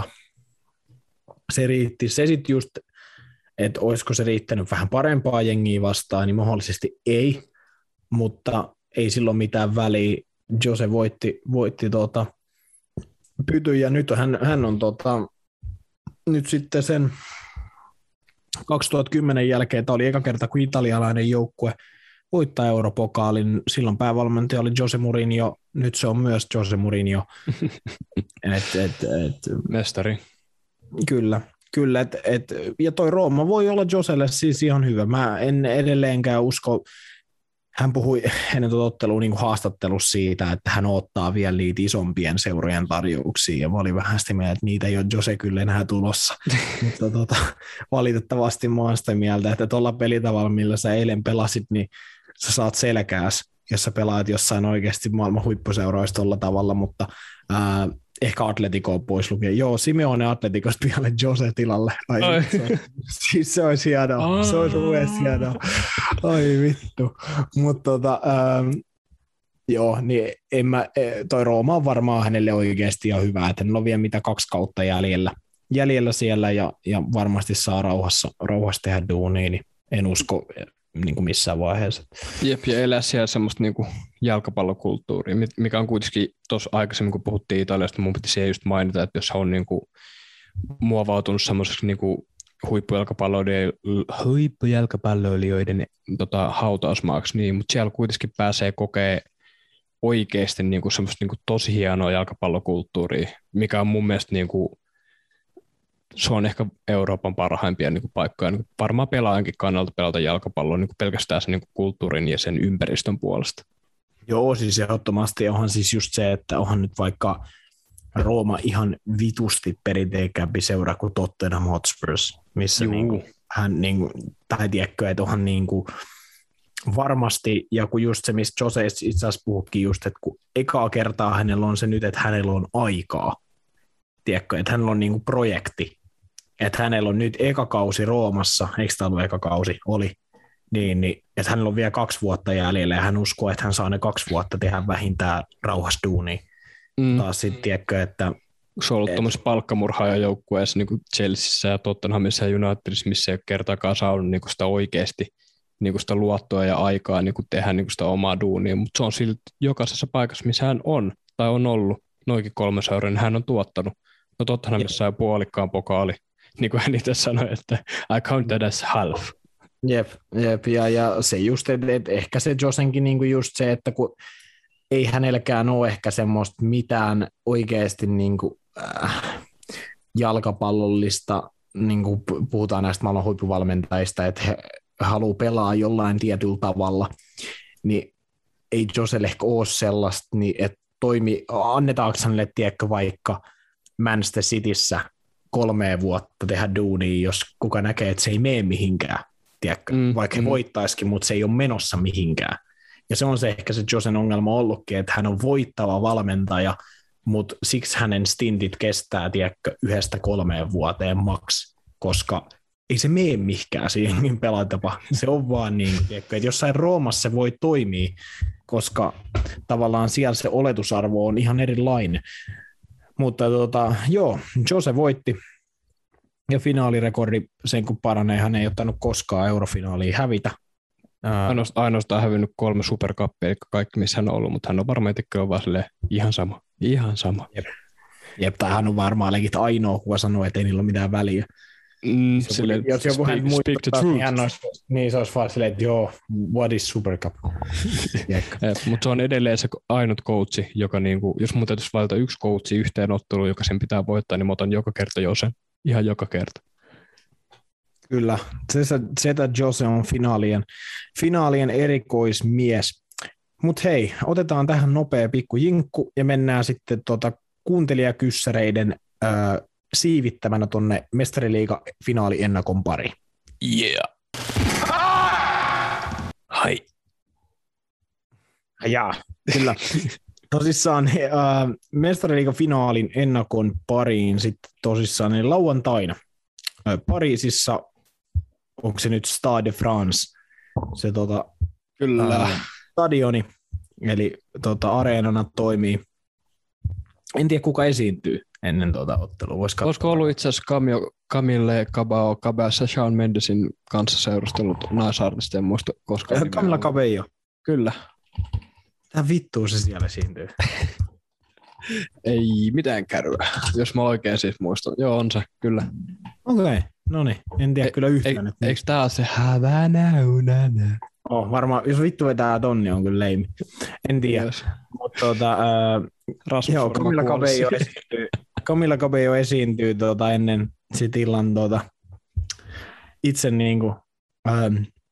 se riitti. Se sitten just, että olisiko se riittänyt vähän parempaa jengiä vastaan, niin mahdollisesti ei, mutta ei silloin mitään väliä. Jose voitti, voitti tuota, pytyn ja nyt hän, hän on tota, nyt sitten sen kaksituhattakymmenen jälkeen, tämä oli eka kerta, kun italialainen joukkue voittaa Europokaalin. Silloin päävalmentaja oli Jose Mourinho, nyt se on myös Jose Mourinho. et, et, et, Mestari. Kyllä, kyllä et, et, ja toi Rooma voi olla Joselle siis ihan hyvä. Mä en edelleenkään usko. Hän puhui ennen tuota ottelua niin haastattelussa siitä, että hän ottaa vielä niitä isompien seurojen tarjouksia, ja mä olin vähän sitä mieltä, että niitä ei ole Jose kyllä enää tulossa. Mutta tota, valitettavasti mä oon sitä mieltä, että tuolla pelitavalla, millä sä eilen pelasit, niin sä saat selkääs, jos sä pelaat jossain oikeasti maailman huippuseuroissa tuolla tavalla, mutta ää, ehkä Atletico pois lukee. Joo, Simeone Atleticosta vielä Jose tilalle. Ai, Ai. Se, siis se olisi hienoa. Se olisi uudestaan hienoa. Ai vittu. Mutta tota, ähm, joo, niin en mä, toi Rooma on varmaan hänelle oikeasti ihan hyvä, että hänellä on vielä mitä kaksi kautta jäljellä, jäljellä siellä ja, ja varmasti saa rauhassa, rauhassa tehdä duunia, niin en usko niin kuin missään vaiheessa. Jep, ja elää siellä semmoista niin kuin jalkapallokulttuuria, mikä on kuitenkin tuossa aikaisemmin, kun puhuttiin Italiasta, mun piti se just mainita, että jos on niin kuin muovautunut semmoiseksi niinku huippujalkapalloilijoiden, huippujalkapalloilijoiden tota, hautausmaaksi, niin, mutta siellä kuitenkin pääsee kokee oikeasti niinku semmoista niinku tosi hienoa jalkapallokulttuuria, mikä on mun mielestä niinku, se on ehkä Euroopan parhaimpia niinku paikkoja, niinku varmaan pelaajankin kannalta pelata jalkapalloa niinku pelkästään sen niinku kulttuurin ja sen ympäristön puolesta. Joo, siis ehdottomasti onhan siis just se, että onhan nyt vaikka Rooma ihan vitusti perinteikkäämpi seura kuin Tottenham Hotspurs, missä niinku, hän, niinku, tai tiedätkö, että onhan niinku, varmasti, ja kun just se, mistä Jose itse asiassa puhukin just, että kun ekaa kertaa hänellä on se nyt, että hänellä on aikaa, tiedätkö, että hänellä on niinku projekti, että hänellä on nyt eka kausi Roomassa, eikö tämä ollut eka kausi? Oli. Niin, niin, että hänellä on vielä kaksi vuotta jäljellä, ja hän uskoo, että hän saa ne kaksi vuotta tehdä vähintään rauhasduunia. Mm. Taas sitten, tiedätkö, että se on ollut tuommoisessa palkkamurhaajajoukkueessa niin kuin Chelseassa ja Tottenhamissa ja Unitedissa, missä ei ole kertaakaan saanut niin kuin sitä oikeasti niin kuin sitä luottoa ja aikaa niin kuin tehdä niin kuin sitä omaa duunia, mutta se on silti jokaisessa paikassa, missä hän on tai on ollut noikin kolme seuraa, niin hän on tuottanut. No Tottenhamissa sai puolikkaan pokaali, niin kuin hän itse sanoi, että I count that as half. Jep, jep ja, ja se just, että et ehkä se Josenkin niin kuin just se, että kun ei hänelläkään ole ehkä semmoista mitään oikeasti niin kuin, äh, jalkapallollista, niin kuin puhutaan näistä maailman huippuvalmentajista, että he haluaa pelaa jollain tietyllä tavalla, niin ei Joselle ehkä ole sellaista, niin että toimi, annetaanko hänelle, tiedätkö, vaikka Manchester Cityssä kolme vuotta tehdä duunia, jos kuka näkee, että se ei mene mihinkään, tiedätkö, mm, vaikka mm. he voittaisikin, mutta se ei ole menossa mihinkään. Ja se on se ehkä se Josen ongelma ollutkin, että hän on voittava valmentaja, mutta siksi hänen stintit kestää, tiedätkö, yhdestä kolmeen vuoteen maks, koska ei se mene mihinkään siihen pelatapa. Se on vaan niin, tiedätkö, että jossain Roomassa se voi toimia, koska tavallaan siellä se oletusarvo on ihan erilainen. Mutta tota, joo, Jose voitti. Ja finaalirekordi, sen kun paranee, hän ei ottanut koskaan eurofinaaliin hävitä. Ainoastaan, ainoastaan hävinnyt kolme superkappia, eli kaikki missä hän on ollut, mutta hän on varmaan itsekin vaan silleen, ihan sama, ihan sama. Jep, Jep tai hän on varmaan legit ainoa, kuka sanoo, että ei niillä ole mitään väliä. Mm, jos, sille, joku, jos joku speak, hän muistuttaa, niin, hän olisi, niin se olisi vaan silleen, että joo, what is supercup? Mutta se on edelleen se ainut coachi, joka niinku, jos mun täytyisi valita yksi coachi yhteen otteluun, joka sen pitää voittaa, niin mä otan joka kerta Josen. Ihan joka kerta. Kyllä, Zeta Jose on finaalien, finaalien erikoismies. Mutta hei, otetaan tähän nopea pikku jinkku ja mennään sitten tuota kuuntelijakyssäreiden äh, siivittämänä tuonne Mestariliiga-finaaliennakon pariin. Yeah. Hai. Jaa, kyllä. Tosissaan äh, Mestariliiga-finaalin ennakon pariin sitten tosissaan niin lauantaina. Äh, Pariisissa, onko se nyt Stade de France, se tota, kyllä. Äh, stadioni, eli tota, areenana toimii. En tiedä, kuka esiintyy ennen tuota ottelua. Olisiko ollut itse asiassa Camille, Camille Cabao Cabassa Shawn Mendesin kanssa seurustellut naisartista, en muista koskaan. Camila Cabello. Kyllä. Tää vittuu se siellä esiintyy. Ei mitään kärryä, jos mä oikein siis muistan. Joo, on se, kyllä. Okei, okay. No niin, en tiedä e- kyllä yhtään. E- eikö tää ole se Havana? Oh, varmaan, jos vittu vetää tonni, on kyllä leimi. En tiedä. Yes. Mutta tota, äh, joo, Camila Cabello esiintyy, Camila Cabello esiintyy tota, ennen sit illan tota, itse niinku, ähm,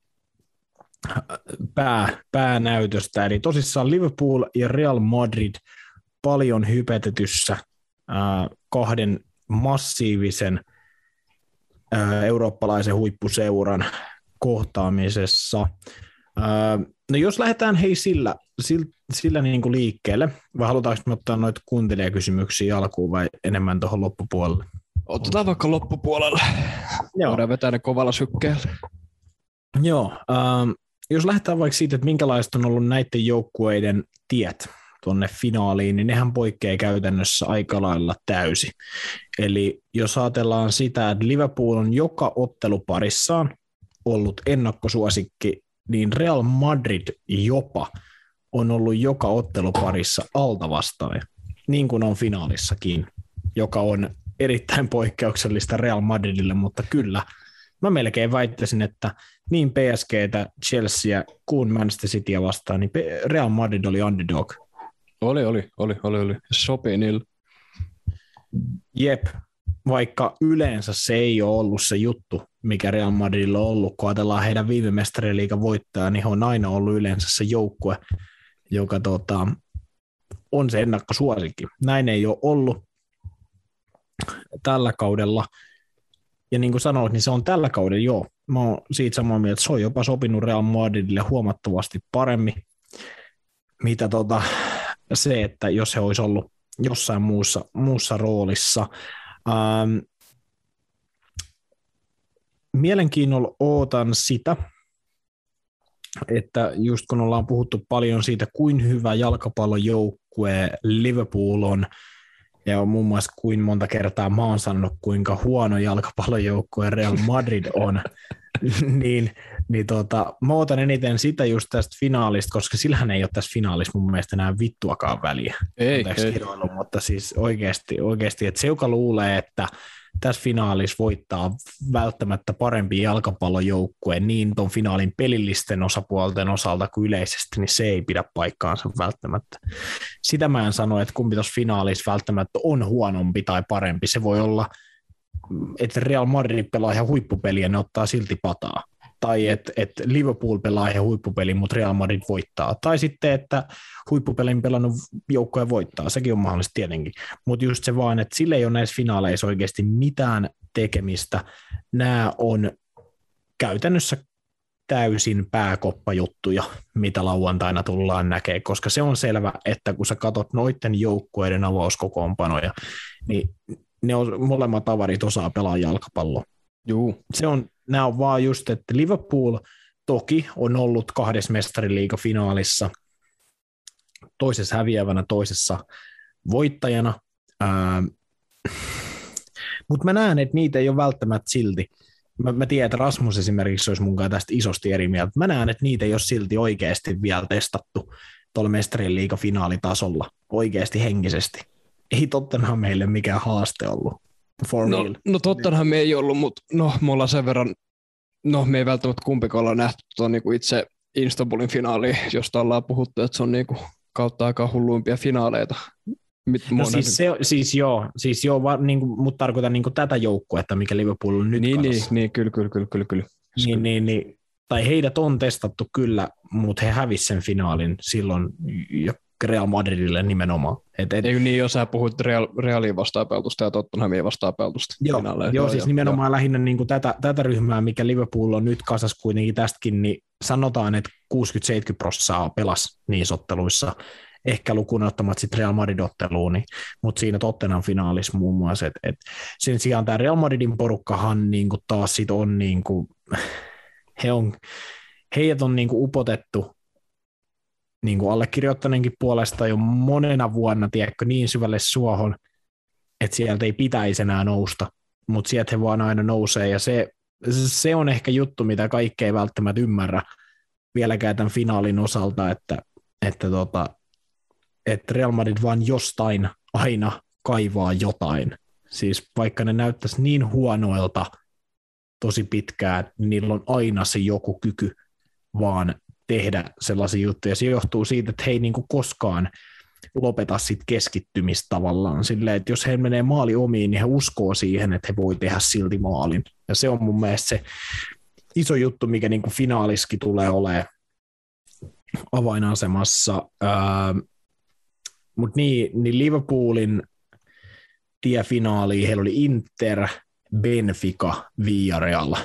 pää, päänäytöstä. Eli tosissaan Liverpool ja Real Madrid paljon hypetetyssä äh, kahden massiivisen äh, eurooppalaisen huippuseuran kohtaamisessa. Äh, no jos lähdetään hei sillä, sillä, sillä niin kuin liikkeelle, vai halutaanko me ottaa noita kuuntelijakysymyksiä alkuun vai enemmän tuohon loppupuolelle? Otetaan vaikka loppupuolelle. Joo. Voidaan vetää ne kovalla sykkeellä. Joo, äh, jos lähdetään vaikka siitä, että minkälaiset on ollut näiden joukkueiden tiet tuonne finaaliin, niin nehän poikkeaa käytännössä aika lailla täysin. Eli jos ajatellaan sitä, että Liverpool on joka otteluparissaan ollut ennakkosuosikki, niin Real Madrid jopa on ollut joka otteluparissa altavastaaja, niin kuin on finaalissakin, joka on erittäin poikkeuksellista Real Madridille, mutta kyllä mä melkein väittäisin, että niin P S G:tä, Chelsea kuin Manchester Cityä vastaan, niin Real Madrid oli underdog. Oli, oli, oli, oli, oli. Sopii niillä. Jep, vaikka yleensä se ei ole ollut se juttu, mikä Real Madridilla on ollut, kun ajatellaan heidän viime mestariliigan voittajaa, niin he on aina ollut yleensä se joukkue, joka tota, on se ennakkosuosikki. Näin ei ole ollut tällä kaudella. Ja niin kuin sanoit, niin se on tällä kaudella joo. Mä oon siitä samaa mieltä, että se on jopa sopinut Real Madridille huomattavasti paremmin, mitä tota, se, että jos he olisi ollut jossain muussa, muussa roolissa. Ähm, mielenkiinnolla ootan sitä, että just kun ollaan puhuttu paljon siitä, kuin hyvä jalkapallojoukkue Liverpool on, ja muun muassa kuin monta kertaa mä oon sanonut, kuinka huono jalkapallojoukkue Real Madrid on, niin, niin tota, mä ootan eniten sitä just tästä finaalista, koska sillähän ei ole tässä finaalissa mun mielestä enää vittuakaan väliä. Ei, ei. Kiroilu, mutta siis oikeasti, oikeasti, että se, joka luulee, että tässä finaalissa voittaa välttämättä parempi jalkapallojoukkue niin ton finaalin pelillisten osapuolten osalta kuin yleisesti, niin se ei pidä paikkaansa välttämättä. Sitä mä en sano, että kumpi tuossa finaalissa välttämättä on huonompi tai parempi. Se voi olla, että Real Madrid pelaa ihan huippupeliä ja ne ottaa silti pataa. Tai että et Liverpool pelaa ihan huippupeli, mutta Real Madrid voittaa. Tai sitten, että huippupelin pelannut joukkoja voittaa. Sekin on mahdollista tietenkin. Mutta just se vaan, että sillä ei ole näissä finaaleissa oikeasti mitään tekemistä. Nämä on käytännössä täysin pääkoppajuttuja, mitä lauantaina tullaan näkemään, koska se on selvä, että kun sä katot noiden joukkueiden avauskokoonpanoja, niin ne on, molemmat tavarit osaa pelaa jalkapalloa. Juu. Se on, nämä on vaan just, että Liverpool toki on ollut kahdessa mestariliigafinaalissa, toisessa häviävänä, toisessa voittajana, ää, mutta mä näen, että niitä ei ole välttämättä silti. Mä, mä tiedän, että Rasmus esimerkiksi olisi mun kanssa tästä isosti eri mieltä. Mä näen, että niitä ei ole silti oikeasti vielä testattu tuolla mestariliigafinaалitasolla, oikeasti henkisesti. Ei Tottenham meille mikään haaste ollut. For no, real. no Tottenham me ei ollut, mutta no me ollaan sen verran, no me ei välttämättä kumpikaan olla nähty tuon niinku itse Istanbulin finaali, josta ollaan puhuttu, että se on niinku kautta aika hulluimpia finaaleita. No siis, se, siis joo, siis joo va, niinku, mutta tarkoitan niinku tätä joukkuetta, mikä Liverpool on nyt niin, kasassa. niin, niin, kyllä, kyllä, kyllä, kyllä, kyllä. Niin, niin, niin, tai heidät on testattu kyllä, mutta he hävisivät sen finaalin silloin Real Madridille nimenomaan. Et, et, Ei niin, jos sä puhut Real, Realiin vastaapeltusta ja Tottenhamin vastaapeltusta. Joo, joo, joo, siis jo, nimenomaan jo. lähinnä niinku tätä, tätä ryhmää, mikä Liverpool on nyt kasassa kuitenkin tästäkin, niin sanotaan, että kuusikymmentä seitsemänkymmentä prosenttia pelasi niissä otteluissa, ehkä lukuun ottamat sitten Real Madrid-otteluun, niin, mutta siinä Tottenham finaalissa muun muassa, että et sen sijaan tämä Real Madridin porukkahan niinku taas sit on, niinku, he on, heidät on niinku upotettu niin kuin allekirjoittaneenkin puolesta jo monena vuonna, tiedätkö, niin syvälle suohon, että sieltä ei pitäisi enää nousta, mutta sieltä he vaan aina nousee, ja se, se on ehkä juttu, mitä kaikki ei välttämättä ymmärrä vieläkään tämän finaalin osalta, että, että, tota, että Real Madrid vaan jostain aina kaivaa jotain. Siis vaikka ne näyttäisi niin huonoilta tosi pitkään, niin niillä on aina se joku kyky vaan tehdä sellaisia juttuja. Se johtuu siitä, että he ei niinku koskaan lopeta sit keskittymistä tavallaan silleen, että jos he menee maali omiin, niin he uskoo siihen, että he voi tehdä silti maalin. Ja se on mun mielestä se iso juttu, mikä niinku finaaliskin tulee olemaan avainasemassa. Ää, Mutta niin, niin Liverpoolin tie finaaliin, heillä oli Inter, Benfica, Villarreal.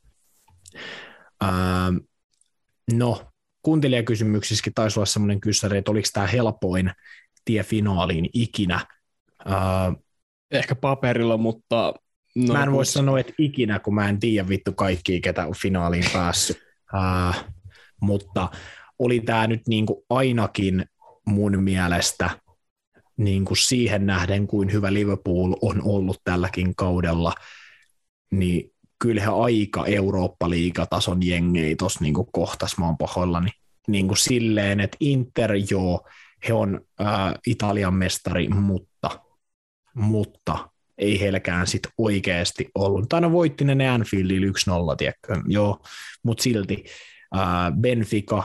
Ää, no, kuuntelijakysymyksissäkin taisi olla sellainen kyssäri, että oliko tämä helpoin tie finaaliin ikinä. Uh, Ehkä paperilla, mutta... No, mä en voi sanoa, että ikinä, kun mä en tiedä vittu kaikkia, ketä on finaaliin päässyt. Uh, mutta oli tämä nyt niinku ainakin mun mielestä niinku siihen nähden, kuin hyvä Liverpool on ollut tälläkin kaudella, niin kyllähän aika Eurooppa-liigatason jengei tuossa niinku kohtas, mä oon pahoillani. Niinku silleen, että Inter, joo, he on ää, Italian mestari, mutta, mutta ei heilläkään sit oikeasti ollut. Tai no voitti ne Anfieldilla yksi nolla, tiedätkö, joo, mutta silti ää, Benfica,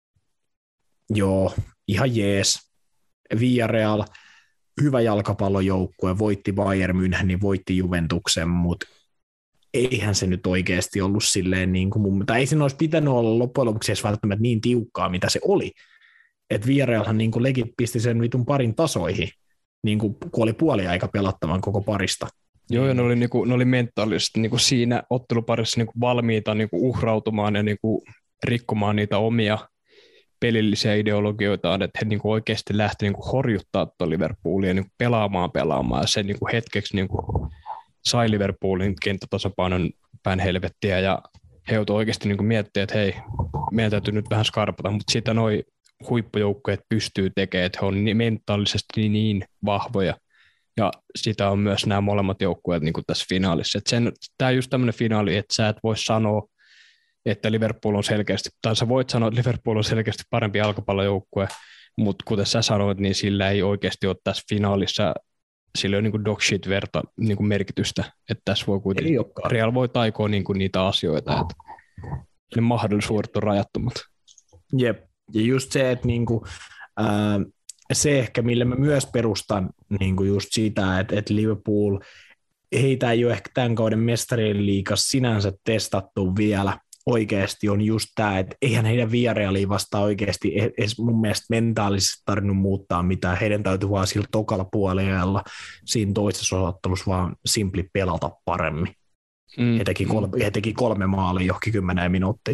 joo, ihan jees. Villarreal, hyvä jalkapallojoukkue, voitti Bayern München, niin voitti Juventuksen, mutta eihän se nyt oikeasti ollut silleen, niin kuin mun, tai ei siinä olisi pitänyt olla loppujen lopuksi edes välttämättä niin tiukkaa, mitä se oli. Että Villarrealhan niin kuin legit pisti sen vitun parin tasoihin, niin kuin, kun oli puoli aika pelattavan koko parista. Joo, ja ne oli, niin kuin, ne oli mentaalisesti niin kuin siinä otteluparissa niin kuin valmiita niin kuin uhrautumaan ja niin kuin rikkomaan niitä omia pelillisiä ideologioitaan, että he niin kuin oikeasti lähti niin kuin horjuttaa tuon Liverpoolia niin kuin pelaamaan pelaamaan, ja se niin kuin hetkeksi niin kuin sai Liverpoolin kenttätasapainon päin helvettiä, ja he joutuivat oikeasti niin kuin miettimään, että hei, meidän täytyy nyt vähän skarpata, mutta sitä noi huippujoukkueet pystyy tekemään, että he on niin mentaalisesti niin vahvoja, ja sitä on myös nämä molemmat joukkueet niin kuin tässä finaalissa. Tämä on just tämmöinen finaali, että sä et voi sanoa, että Liverpool on selkeästi, tai sä voit sanoa, että Liverpool on selkeästi parempi jalkapallojoukkue, mutta kuten sä sanoit, niin sillä ei oikeasti ole tässä finaalissa, sillä on niin kuin dog shit verta niin kuin merkitystä, että tässä voi kuitenkin, Real voi taikoa niin kuin niitä asioita, että ne mahdollisuudet on rajattomat. Jep, ja just se, että niin kuin, ää, se ehkä, millä mä myös perustan niin kuin just sitä, että, että Liverpool, heitä ei ole ehkä tämän kauden mestarien liigassa sinänsä testattu vielä, oikeasti on just tämä, että eihän heidän Villarrealia vastaan oikeasti edes mun mielestä mentaalisesti tarvinnut muuttaa mitään. Heidän täytyy vaan sillä tokalla puolella siinä toisessa osoittelussa vaan simpli pelata paremmin. Mm. He, teki kolme, he teki kolme maalia johonkin kymmeneen minuuttia.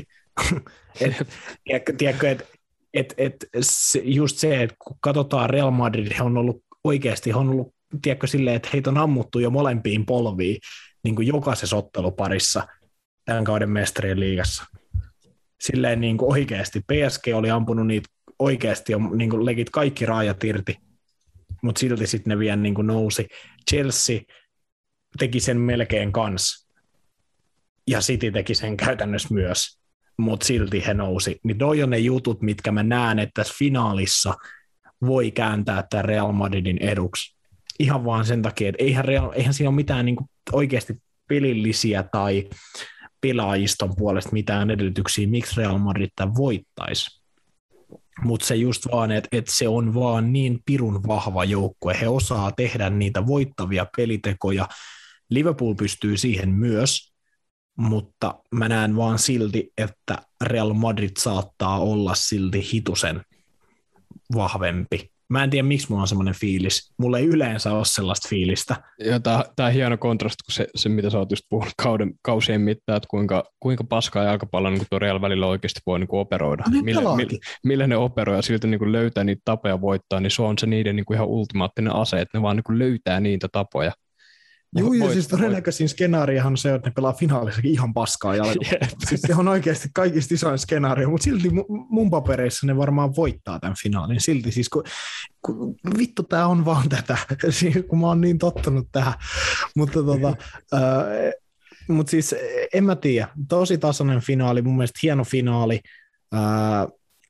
Tiedätkö, että et, et, se, just se, että kun katsotaan Real Madrid, he on ollut oikeasti, he on ollut, tiedätkö, silleen, että heitä on ammuttu jo molempiin polviin niin kuin jokaisessa otteluparissa tämän kauden mestarien liigassa. Silleen niin kuin oikeasti. P S G oli ampunut niitä oikeasti jo niin kuin legit kaikki raajat irti, mutta silti sitten ne vielä niin kuin nousi. Chelsea teki sen melkein kans, ja City teki sen käytännössä myös, mutta silti he nousi. Niin noi on ne jutut, mitkä mä näen, että tässä finaalissa voi kääntää tämän Real Madridin eduksi. Ihan vaan sen takia, että eihän, Real, eihän siinä ole mitään niin kuin oikeasti pelillisiä tai pelaajiston puolesta mitään edellytyksiä, miksi Real Madrid tämän voittaisi. Mutta se just vaan, että et se on vaan niin pirun vahva joukkue. He osaa tehdä niitä voittavia pelitekoja. Liverpool pystyy siihen myös, mutta mä näen vaan silti, että Real Madrid saattaa olla silti hitusen vahvempi. Mä en tiedä, miksi mulla on semmoinen fiilis. Mulla ei yleensä ole sellaista fiilistä. Tämä on hieno kontrasti, kun se, se mitä sä oot just puhunut kauden, kausien mittaan, että kuinka, kuinka paskaa jalkapallon niin tuo Real välillä oikeasti voi niin kuin operoida. No, millä, millä, millä ne operoi ja silti niin kuin löytää niitä tapoja voittaa, niin se on se niiden niin kuin ihan ultimaattinen ase, että ne vaan niin kuin löytää niitä tapoja. Joo, ja siis todennäköisin skenaariohan on se, että ne pelaa finaalissakin ihan paskaa jalkapalloa. Yep. Siis se on oikeasti kaikista isoin skenaario, mutta silti mun papereissa ne varmaan voittaa tämän finaalin. Silti siis, kun, kun vittu tää on vaan tätä, kun mä oon niin tottunut tähän. Mutta tota, äh, mut siis en mä tiedä, tosi tasainen finaali, mun mielestä hieno finaali. Äh,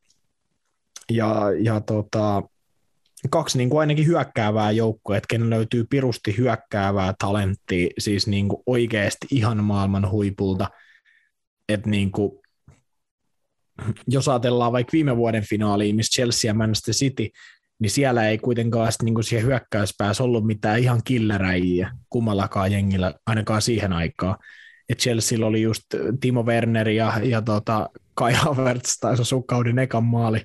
ja ja tota... kaksi niin kuin ainakin hyökkäävää joukkoa, että ken löytyy pirusti hyökkäävää talenttia, siis niin kuin oikeasti ihan maailman huipulta. Että niin kuin, jos ajatellaan vaikka viime vuoden finaaliin, missä Chelsea ja Manchester City, niin siellä ei kuitenkaan niin kuin siihen hyökkäyspäässä ollut mitään ihan killeräjiä kummallakaan jengillä, ainakaan siihen aikaan. Et Chelsealla oli just Timo Werner ja, ja tota Kai Havertz taisi osua kauden ekan maali.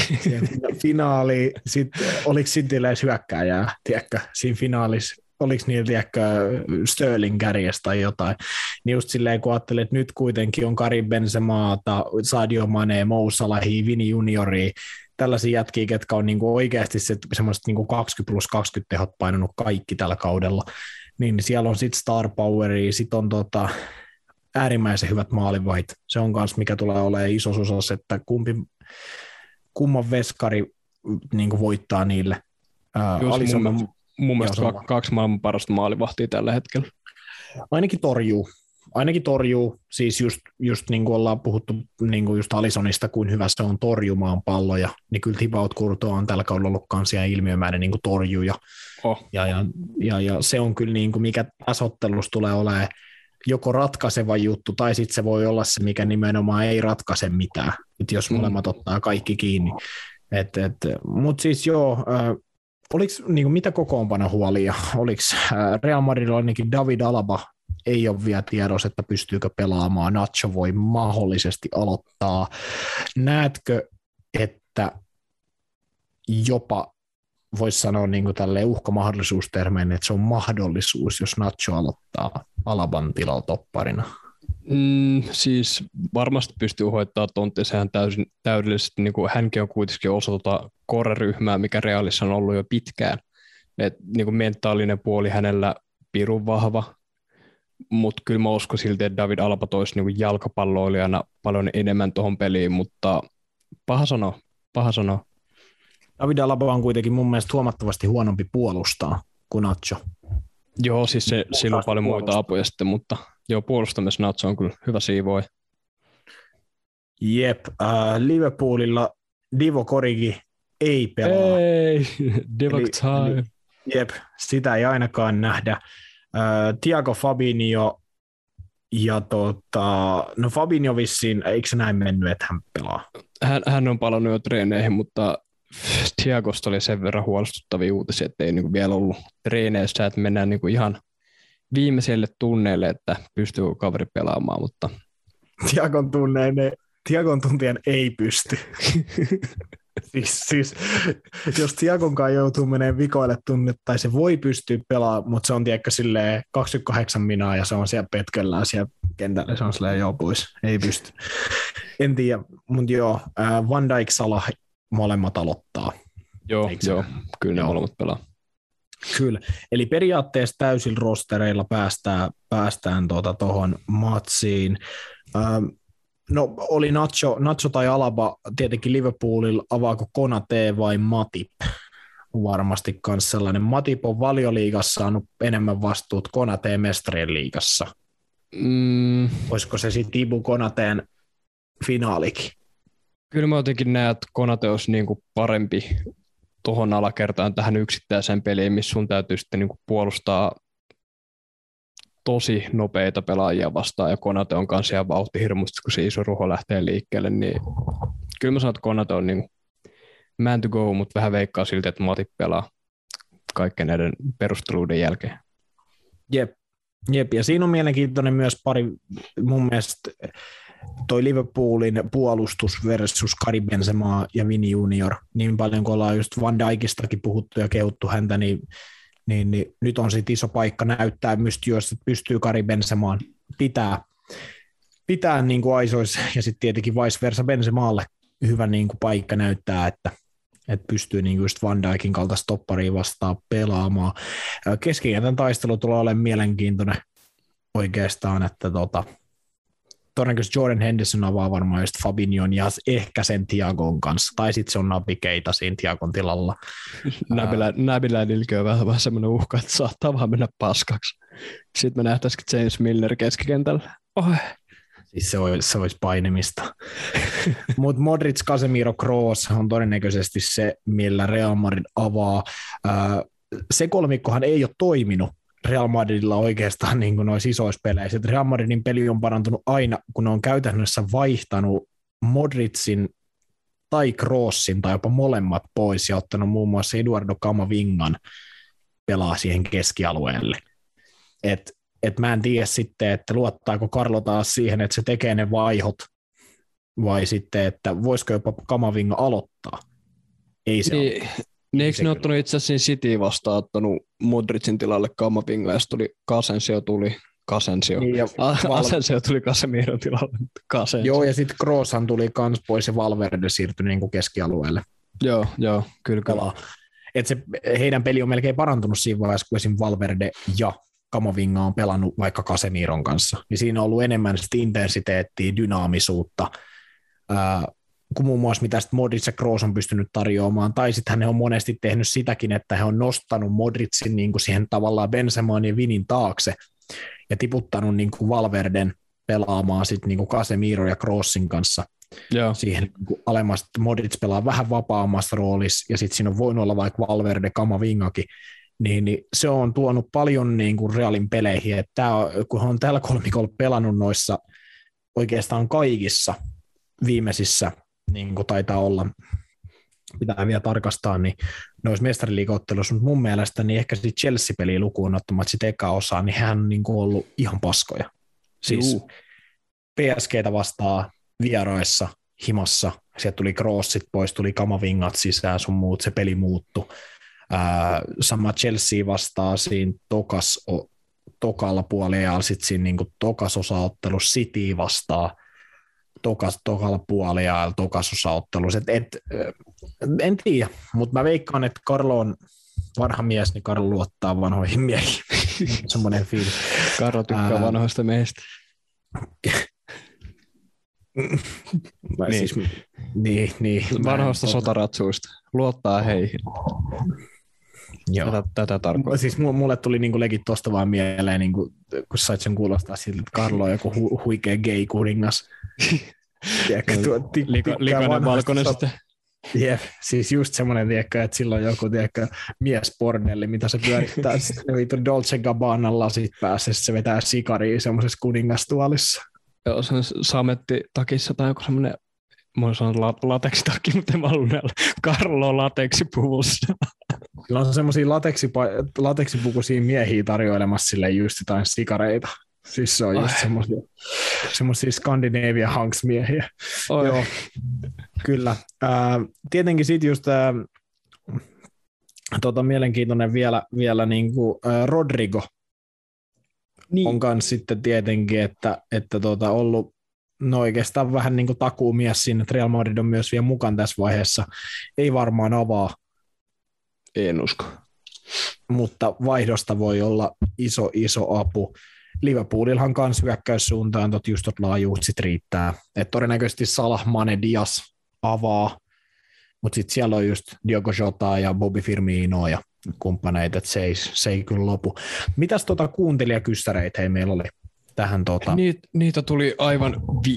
Finaali, sitten oliko Cityllä edes hyökkääjää, tiedätkö, siinä finaalissa, oliko niillä, tiedätkö, Sterling kärjestä tai jotain, niin just silleen, kun ajattelin, että nyt kuitenkin on Karim Benzemaata, Sadio Mane, Mo Salahi, Vini Juniori, tällaisia jätkiä, ketkä on niinku oikeasti se, semmoiset niinku kaksikymmentä plus kaksikymmentä tehot painanut kaikki tällä kaudella, niin siellä on sitten star poweria, sitten on tota, äärimmäisen hyvät maalivahit, se on myös mikä tulee olemaan isossa osassa, että kumpi kumman veskari niin kuin voittaa niille. Ää, Alisson, mun, mun mielestä kaksi, kaksi maailman parasta maalivahtia tällä hetkellä. Ainakin torjuu. ainakin torjuu, siis just, just niin kuin ollaan puhuttu niin kuin just Alisonista, kuin hyvä se on torjumaan palloja, niin kyllä Thibaut Courtois on tällä kaudella ollut kanssa ilmiömäinen niin kuin torjuja. Oh. Ja, ja, ja, ja, se on kyllä niin kuin mikä tässä ottelussa tulee olemaan joko ratkaiseva juttu, tai sitten se voi olla se, mikä nimenomaan ei ratkaise mitään, et jos molemmat ottaa kaikki kiinni. Mutta siis joo, äh, oliko niin kuin, mitä kokoonpano huolia? Oliko äh, Real Madridilla ainakin David Alaba ei ole vielä tiedossa, että pystyykö pelaamaan, Nacho voi mahdollisesti aloittaa. Näetkö, että jopa voisi sanoa niin kuin tälleen uhkamahdollisuustermein, että se on mahdollisuus, jos Nacho aloittaa Alaban tilalla topparina? Mm, siis varmasti pystyy hoitaa tontti, sehän täysin täydellisesti, niin kuin hänkin on kuitenkin osa tuota core-ryhmää, mikä Realissa on ollut jo pitkään. Et, niin kuin mentaalinen puoli hänellä pirun vahva, mutta kyllä mä uskon silti, että David Alaba toisi niin kuin jalkapalloilijana paljon enemmän tuohon peliin, mutta paha sanoa, paha sanoa. David Alaba on kuitenkin mun mielestä huomattavasti huonompi puolustaa kuin Nacho. Joo, siis se, sillä on paljon muita apuja sitten, mutta joo, puolustamisessa Nacho on kyllä hyvä siivoi. Jep, äh, Liverpoolilla Divo Origi ei pelaa. Ei, Divo time. Jep, sitä ei ainakaan nähdä. Äh, Thiago Fabinho ja tota, no Fabinho vissiin, eikö se näin mennyt, että hän pelaa? Hän, hän on palannut jo treeneihin, mutta Thiagosta oli sen verran huolestuttavia uutisia, että ei niinku vielä ollut treeneissä, että mennään niinku ihan viimeiselle tunneille, että pystyy kaveri pelaamaan, mutta Thiagon tunneille, Thiagon tuntien ei pysty. siis, siis, jos Thiagon kanssa joutuu menemään vikoille tunnit, tai se voi pystyä pelaamaan, mutta se on tiedäkö silleen kaksikymmentäkahdeksan minaa ja se on siellä petkellään siellä kentällä, se on silleen joo pois, ei pysty. En tiedä, mutta joo, Van Dijk, Salah, molemmat aloittaa. Joo, joo kyllä ne molemmat pelaa. Kyllä, eli periaatteessa täysillä rostereilla päästään, päästään tuohon tuota matsiin. Ähm, no oli Nacho, Nacho tai Alaba tietenkin Liverpoolilla, avaako Konate vai Matip? Varmasti myös sellainen. Matip on Valioliigassa saanut enemmän vastuut Konateen Mestarien liigassa. Mm. Olisiko se sitten Ibu Konateen finaalikin? Kyllä mä jotenkin näen, että Konate olisi niinku parempi tuohon alakertaan tähän yksittäiseen peliin, missä sun täytyy sitten niinku puolustaa tosi nopeita pelaajia vastaan, ja Konate on kanssa ihan vauhtihirmusti, kun se iso ruho lähtee liikkeelle, niin kyllä mä sanon, että Konate on niinku man to go, mutta vähän veikkaa silti, että Matip pelaa kaikkien näiden perusteluiden jälkeen. Jep, jep, ja siinä on mielenkiintoinen myös pari mun mielestä toi Liverpoolin puolustus versus Karim Benzema ja Vini Junior, niin paljon kun ollaan just Van Dijkistakin puhuttu ja kehuttu häntä, niin, niin, niin nyt on sitten iso paikka näyttää mystiössä, että pystyy Karim Benzemaan pitää, pitää niin kuin aisoissa, ja sitten tietenkin vice versa Benzemaalle hyvä niin kuin paikka näyttää, että, että pystyy niin kuin just Van Dijkin kaltaista topparia vastaan pelaamaan. Keskikentän taistelu tulee olemaan mielenkiintoinen oikeastaan, että tota, todennäköisesti Jordan Henderson avaa varmaan just Fabinhon ja ehkä sen Thiagon kanssa, tai sitten se on Naby Keita siinä Thiagon tilalla. Nabylädilläkin on vähän, vähän semmoinen uhka, että saattaa vaan mennä paskaksi. Sitten me nähtäisikin James Milner keskikentällä. Oh. Siis se olisi, se olisi painimista. Mutta Modric, Casemiro, Kroos on todennäköisesti se, millä Real Madrid avaa. Se kolmikkohan ei ole toiminut Real Madridilla oikeastaan niin kuin noissa isoissa peleissä. Real Madridin peli on parantunut aina, kun ne on käytännössä vaihtanut Modricin tai Kroosin tai jopa molemmat pois ja ottanut muun muassa Eduardo Camavingan pelaa siihen keskialueelle. Et, et mä en tiedä sitten, että luottaako Carlo taas siihen, että se tekee ne vaihot vai sitten, että voisiko jopa Camavinga aloittaa. Ei se niin. ole. Niin eikö ne ottanut itse asiassa City vastaan, ottanut Modricin tilalle Camavinga, ja tuli Asensio tuli Asensio. Niin, Asensio tuli Casemiron tilalle Asensio. Joo, ja sitten Krooshan tuli kans pois ja Valverde siirtyi niin kuin keskialueelle. Joo, joo, kyllä kyllä. Et se, heidän peli on melkein parantunut siinä vaiheessa, kun esim. Valverde ja Camavinga on pelannut vaikka Casemiron kanssa. Niin siinä on ollut enemmän intensiteettiä, dynaamisuutta, ää, kuin muun muassa mitä Modric ja Kroos on pystynyt tarjoamaan, tai sitten hän on monesti tehnyt sitäkin, että he on nostanut Modricin niin kuin siihen tavallaan Benzemaan ja Vinin taakse, ja tiputtanut niin kuin Valverden pelaamaan sitten niin kuin Casemiro ja Crossin kanssa Joo. siihen niin alemmasta. Modric pelaa vähän vapaammassa roolissa, ja sitten siinä on voinut olla vaikka Valverde, Kamavingakin, niin, niin se on tuonut paljon niin kuin Realin peleihin, että tää on, kun on tällä kolmikolla pelannut noissa oikeastaan kaikissa viimeisissä, niin kuin taitaa olla, pitää vielä tarkastaa, niin noissa mestariliigaotteluissa, mutta mun mielestä niin ehkä sitten Chelsea-peliä lukuun ottamatta sit eka osaa, niin hän on niin kuin ollut ihan paskoja. Siis Juu. P S G:tä vastaan vieraissa, himassa, sieltä tuli crossit pois, tuli Kamavingat sisään, sun muut, se peli muuttui. Ää, sama Chelsea vastaa siinä tokas, o, tokalla puolella, sitten siinä niin kuin tokasosaottelussa City vastaa tokas, tokalla puolella tokasosaottelussa. Et, et, en tiedä, mutta mä veikkaan, että Karlo on vanha mies, niin Karlo luottaa vanhoihin miehiin. Semmoinen fiilis. Karlo tykkää Ää, vanhoista miehistä. niin. Siis, niin, niin. Vanhoista sotaratsuista. Luottaa heihin. Joo. Tätä, tätä tarkoittaa. Siis mulle tuli niinku legit tuosta vaan mieleen, niinku, kun sait sen kuulostaa siltä, että Karlo on joku hu- huikea gay-kuningas. Lika, likainen valkoinen sitten. Jep, siis just semmoinen, tiedätkö, että silloin joku tiedätkö, mies-pornelli, mitä se pyörittää. Sitten viitu Dolce Gabbana lasit päässä, se vetää sikariin semmoisessa kuningastuolissa. Joo, se on sametti takissa tai joku semmoinen, mä oon sanonut lateksitakki, mutta en mä halunnut Karlo lateksipuvussa. Sillä on semmoisia lateksipa- lateksipukuisia miehiä tarjoilemassa sille just jotain sikareita. Siis se on just semmoisia, semmoisia Scandinavian Hunks-miehiä. Oi. Joo, kyllä. Ää, tietenkin sitten just ää, tota, mielenkiintoinen vielä, vielä niin kuin, ää, Rodrigo niin. On kans sitten tietenkin, että, että tota, ollut no oikeastaan vähän niin kuin takuumies siinä, että Real Madrid on myös vielä mukaan tässä vaiheessa. Ei varmaan avaa. En usko. Mutta vaihdosta voi olla iso, iso apu. Liverpoolillahan kanssa hyökkäyssuuntaan tot just tot laajuudet sit riittää. Et todennäköisesti Salah, Mane, Diaz avaa, mutta sitten siellä on just Diogo Jota ja Bobby Firmino ja kumppaneita, että se ei, se ei kyllä lopu. Mitäs tota kuuntelijakyssäreitä hei meillä oli tähän? Tota... Niit, niitä tuli aivan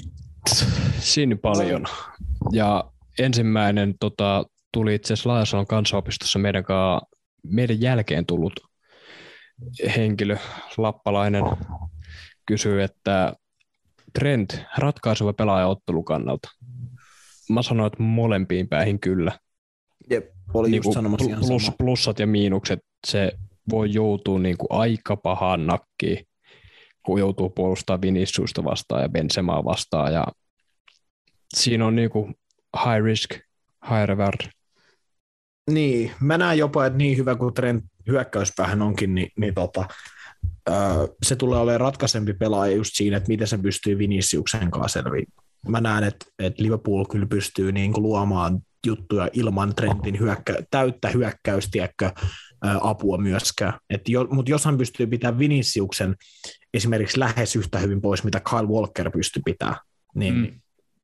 vitsin paljon. Ja ensimmäinen tota, tuli itse asiassa Laajasalon kansanopistossa meidän, meidän jälkeen tullut henkilö, lappalainen, kysyy, että Trent, ratkaisuva pelaaja ottelun kannalta. Mä sanoin, että molempiin päihin kyllä. Jep, oli niin just sanomassa ihan plus, sama. Plussat ja miinukset, se voi joutua niin kuin aika pahaan nakkiin, kun joutuu puolustamaan Viniciusta vastaan ja Benzemaa vastaan. Ja siinä on niin kuin high risk, high reward. Niin, mä näen jopa, että niin hyvä kuin Trent hyökkäyspäähän onkin, niin, niin tota, öö, se tulee olemaan ratkaisempi pelaaja just siinä, että miten se pystyy Viniciuksen kanssa selviin. Mä näen, että, että Liverpool kyllä pystyy niin kuin luomaan juttuja ilman Trentin hyökkä, täyttä hyökkäystiekkä apua myöskään. Jo, mutta jos hän pystyy pitämään Viniciuksen esimerkiksi lähes yhtä hyvin pois, mitä Kyle Walker pystyy pitämään, niin mm.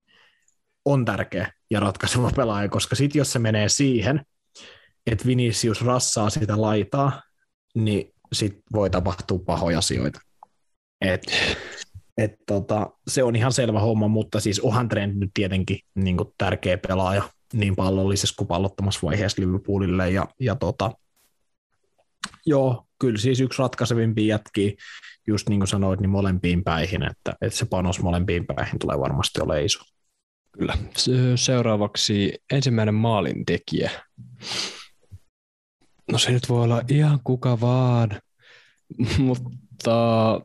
on tärkeä ja ratkaiseva pelaaja, koska sitten jos se menee siihen, että Vinicius rassaa sitä laitaa, niin sitten voi tapahtua pahoja asioita. Et, et tota, se on ihan selvä homma, mutta siis onhan Trent nyt tietenkin niin kuin tärkeä pelaaja niin pallollisessa kuin pallottomassa vaiheessa Liverpoolille. Ja, ja tota, joo, kyllä siis yksi ratkaisevimpia jätkiä, just niin kuin sanoit, niin molempiin päihin, että, että se panos molempiin päihin tulee varmasti olemaan iso. Kyllä. Seuraavaksi ensimmäinen maalintekijä. No se nyt voi olla ihan kuka vaan, mutta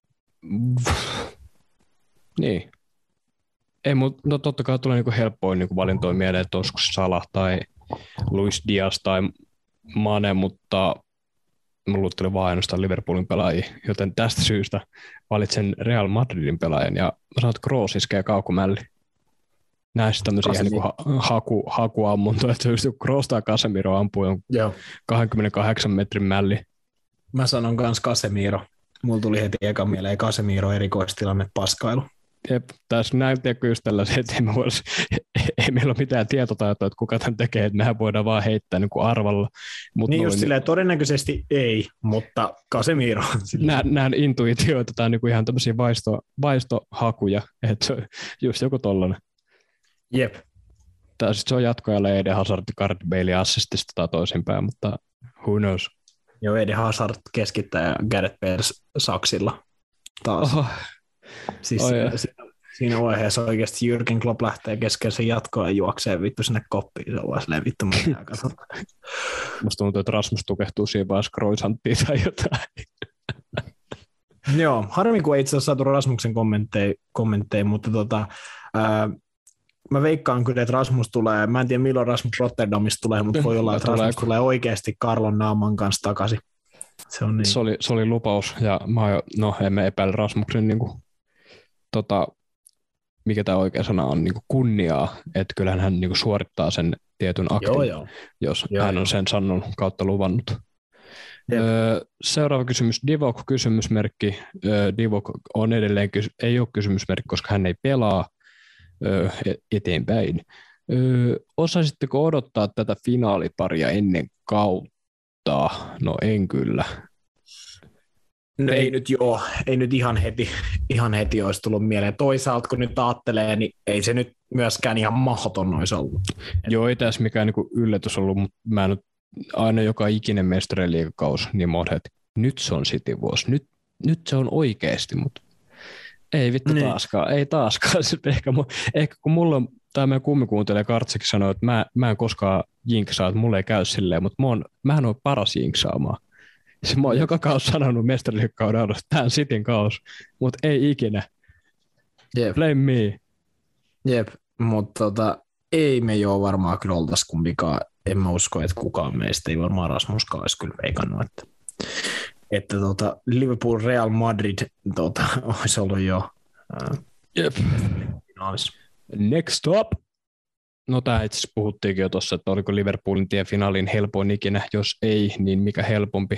niin. Ei, mutta no totta kai tulee niinku helppoin niinku valintoja mieleen, että olisiko Salah tai Luis Diaz tai Mane, mutta mulla tuli vaan ainoastaan Liverpoolin pelaajia, joten tästä syystä valitsen Real Madridin pelaajan ja mä sanon, että Kroos iskee kaukomälli. Näissä tämmöisiä niin haku, hakuammuntoja, että just Kroos tai Casemiro ampuu on kaksikymmentäkahdeksan metrin mälli. Mä sanon kans Casemiro. Mulla tuli heti eka mieleen Casemiro erikoistilanne paskailu. Jep, tässä näin tiedätkö just tällaisia, että ei, me vois, ei meillä ole mitään tietotaitoa, että kuka tämän tekee, että mehän voidaan vaan heittää niin kuin arvalla. Mut niin just noin, silleen, todennäköisesti ei, mutta Casemiro. Näen intuitioita tai niin kuin ihan tämmöisiä vaisto, vaistohakuja, että se on just joku tollainen. Jep. Tai sitten se on jatkoajalle Eden Hazard, Gareth Bale assistista tai toisinpäin, mutta who knows. Joo, Eden Hazard keskittää ja Gareth Bale saksilla taas. Oho. Siis oh, siinä, siinä vaiheessa oikeasti Jürgen Klopp lähtee kesken sen jatkoa ja juoksee vittu sinne koppiin. Se on vaan silleen vittu, mä pitää katsoa. Musta tuntuu, että Rasmus tukehtuu siinä vaiheessa croissanttiin tai jotain. Joo, harmi kun ei itse asiassa saatu Rasmuksen kommentteja, kommentteja mutta tota, ää, mä veikkaan kyllä, että Rasmus tulee, mä en tiedä milloin Rasmus Rotterdamista tulee, mutta voi olla, että Rasmus tulee oikeasti Karlon naaman kanssa takaisin. Se, on niin. se, oli, se oli lupaus, ja mä jo, no emme epäile Rasmuksen niin kuin, tota, mikä tämä oikea sana on, niin kuin kunniaa, että kyllähän hän niin kuin suorittaa sen tietyn aktin, joo, joo. jos joo, hän on sen sanonut kautta luvannut. Öö, seuraava kysymys, Divok kysymysmerkki. Öö, Divok on edelleen, ei ole kysymysmerkki, koska hän ei pelaa öö, eteenpäin. Öö, osaisitteko odottaa tätä finaaliparia ennen kautta? No en kyllä. No ei, ei nyt joo, ei nyt ihan heti, ihan heti olisi tullut mieleen. Toisaalta kun nyt ajattelee, niin ei se nyt myöskään ihan mahdoton olisi ollut. Joo, ei tässä mikään niin kuin yllätys ollut, mutta mä nyt aina joka ikinen mestariliigakausi, niin mä oon, että nyt se on City vuosi, nyt, nyt se on oikeasti, mutta ei vittu niin. taaskaan, ei taaskaan. ehkä, ehkä kun mulla on, tai meidän kummikuuntelija Kartsikin sanoi, että mä, mä en koskaan jinksaa, että mulla ei käy silleen, mutta mä oon, mähän oon paras jinksaamaan. Se mä oon joka kausi sanonut mestariliigakauden alussa, että tämä on Cityn kausi, mutta ei ikinä. Jep. Blame me. Jep, mutta tota, ei me joo varmaan kyllä oltaisi kumpikaan. En mä usko, että kukaan meistä ei varmaan Rasmuskaan olisi kyllä veikannut, että, että tota, Liverpool Real Madrid tota, olisi ollut jo ää, Jep. finaalissa. Next up. No tämä itse asiassa puhuttiinkin jo tuossa, että oliko Liverpoolin tie finaaliin helpoin ikinä. Jos ei, niin mikä helpompi?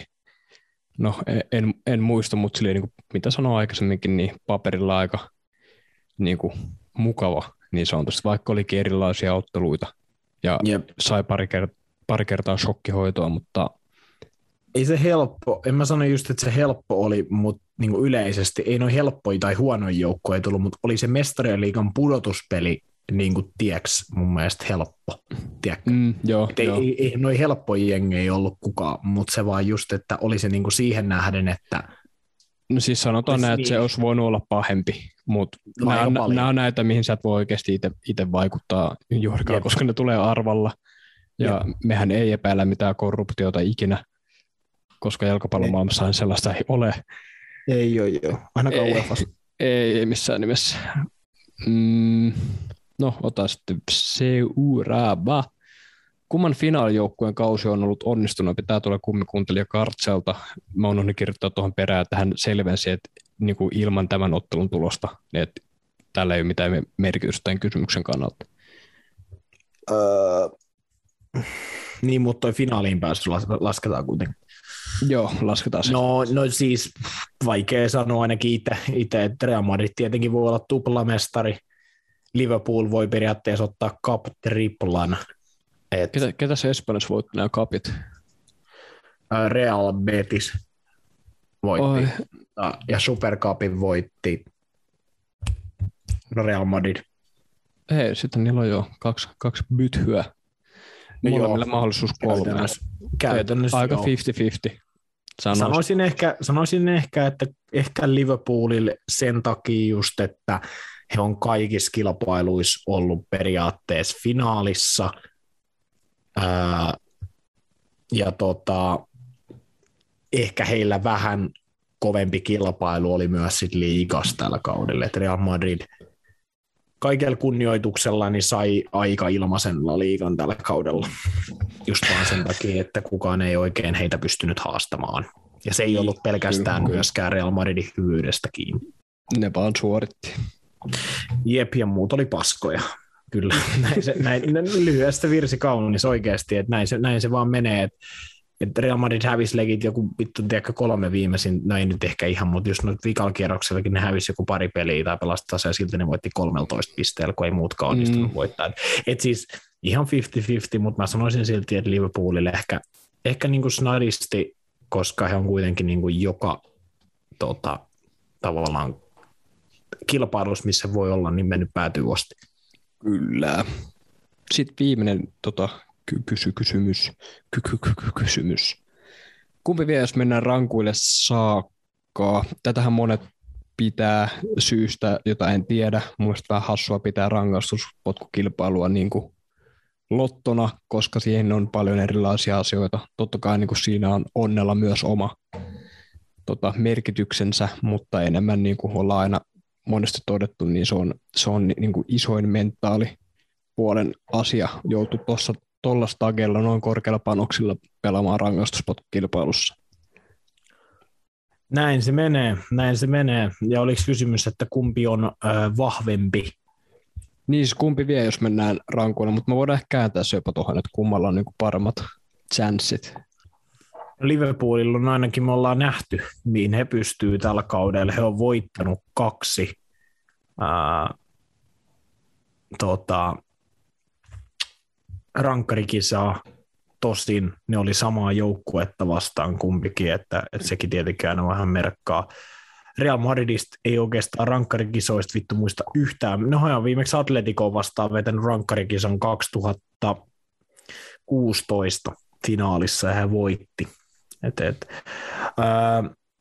No en, en muista, mutta silleen, niin kuin, mitä sanoin aikaisemminkin, niin paperilla aika niin kuin, mukava niin sanotusti, vaikka olikin erilaisia otteluita. Ja yep. sai pari, kert- pari kertaa shokkihoitoa, mutta ei se helppo, en mä sano just, että se helppo oli, mutta niin kuin yleisesti ei noin helppoja tai huonoja joukkoja tullut, mutta oli se Mestarien liigan pudotuspeli niin kuin tieks mun mielestä helppo. Mm, joo, ei, joo. ei, ei noin helppoja jengejä ei ollut kukaan, mutta se vaan just, että oli se niin kuin siihen nähden, että no siis sanotaan näin, että niin. Se olisi voinut olla pahempi, mutta nämä, nämä on näitä, mihin sä et voi oikeasti itse vaikuttaa juurikaan, koska ne tulee arvalla. Ja Jep. mehän ei epäillä mitään korruptiota ikinä, koska jalkapallomaailmassa sellaista ei ole. Ei ole, joo. Ainakaan UEFassa. Ei, ei missään nimessä. Mm, no, ota sitten seuraava. Kumman finaalijoukkueen kausi on ollut onnistunut? Pitää tulla kummikuuntelija Kartselta. Mä oon kirjoittaa tuohon perään, että hän selvensi, että niin kuin ilman tämän ottelun tulosta, että tällä ei ole mitään merkitystä tämän kysymyksen kannalta. Öö, niin, mutta toi finaaliin pääsy lasketaan kuitenkin. Joo, lasketaan se. No, no siis vaikea sanoa ainakin itse, että Real Madrid tietenkin voi olla tuplamestari. Liverpool voi periaatteessa ottaa cup-triplan. Et ketä, ketä se Espanjassa voitti nämä cupit? Real Betis voitti. Oi. Ja Supercupin voitti Real Madrid. Hei, sitten niillä on jo kaksi, kaksi bythyä. No molemmilla mahdollisuus kolme. Käytännössä, käytännössä aika viisikymmentä viisikymmentä. Sanoisin. Sanoisin, ehkä, sanoisin ehkä, että ehkä Liverpoolille sen takia just, että he on kaikissa kilpailuissa ollut periaatteessa finaalissa. Ää, ja tota, ehkä heillä vähän kovempi kilpailu oli myös sit liigassa tällä kaudella. Et Real Madrid kaikella kunnioituksella niin sai aika ilmaisen La Liigan tällä kaudella. Just vaan sen takia, että kukaan ei oikein heitä pystynyt haastamaan. Ja se ei ollut pelkästään Kyllä. myöskään Real Madridin hyvyydestä kiinni. Ne vaan suoritti. Jep, ja muut oli paskoja. Kyllä, näin se, näin, lyhyestä virsi kaunis oikeasti, että näin se, näin se vaan menee. Että että Real Madrid hävisi legit joku vittu, tiedätkö, kolme viimeisin, no ei nyt ehkä ihan, mutta just nyt vikalla kierroksellakin ne hävisi joku pari peliä tai pelastaa se ja silti ne voitti kolmetoista pisteellä, kun ei muutkaan onnistunut mm. voittaa. Et siis ihan viisikymmentä viisikymmentä, mutta mä sanoisin silti, että Liverpoolille ehkä, ehkä niin kuin snadisti, koska he on kuitenkin niin kuin joka tota, tavallaan kilpailussa, missä voi olla, niin mennyt päätyy asti. Kyllä. Sitten viimeinen tota, kysy, kysymys. Ky, ky, ky, kysymys. Kumpi vie, jos mennään rankuille saakka? Tätähän monet pitää syystä, jota en tiedä. Mun mielestä vähän hassua pitää rangaistuspotkukilpailua niin kuin lottona, koska siihen on paljon erilaisia asioita. Totta kai niin kuin siinä on onnella myös oma tota, merkityksensä, mutta enemmän niin kuin ollaan aina monesti todettu, niin se on, se on niin kuin isoin mentaalipuolen asia. Joutuu tuossa tuolla stagella noin korkealla panoksilla pelaamaan rangaistuspotkukilpailussa. Näin se menee, näin se menee. Ja oliko kysymys, että kumpi on ö, vahvempi? Niin, siis kumpi vie, jos mennään rankuilla, mutta me voidaan ehkä kääntää se jopa tuohon, että kummalla on niin kuin paremmat chanssit. Liverpoolilla on ainakin, me ollaan nähty, mihin he pystyy tällä kaudella. He on voittanut kaksi ää, tota, rankkarikisaa. Tosin ne oli samaa joukkuetta vastaan kumpikin, että, että sekin tietenkään on vähän merkkaa. Real Madridista ei oikeastaan rankkarikisoista vittu muista yhtään. No hän on viimeksi Atletico vastaan vetänyt rankkarikisan kaksituhattakuusitoista finaalissa ja hän voitti. Et, et, ää,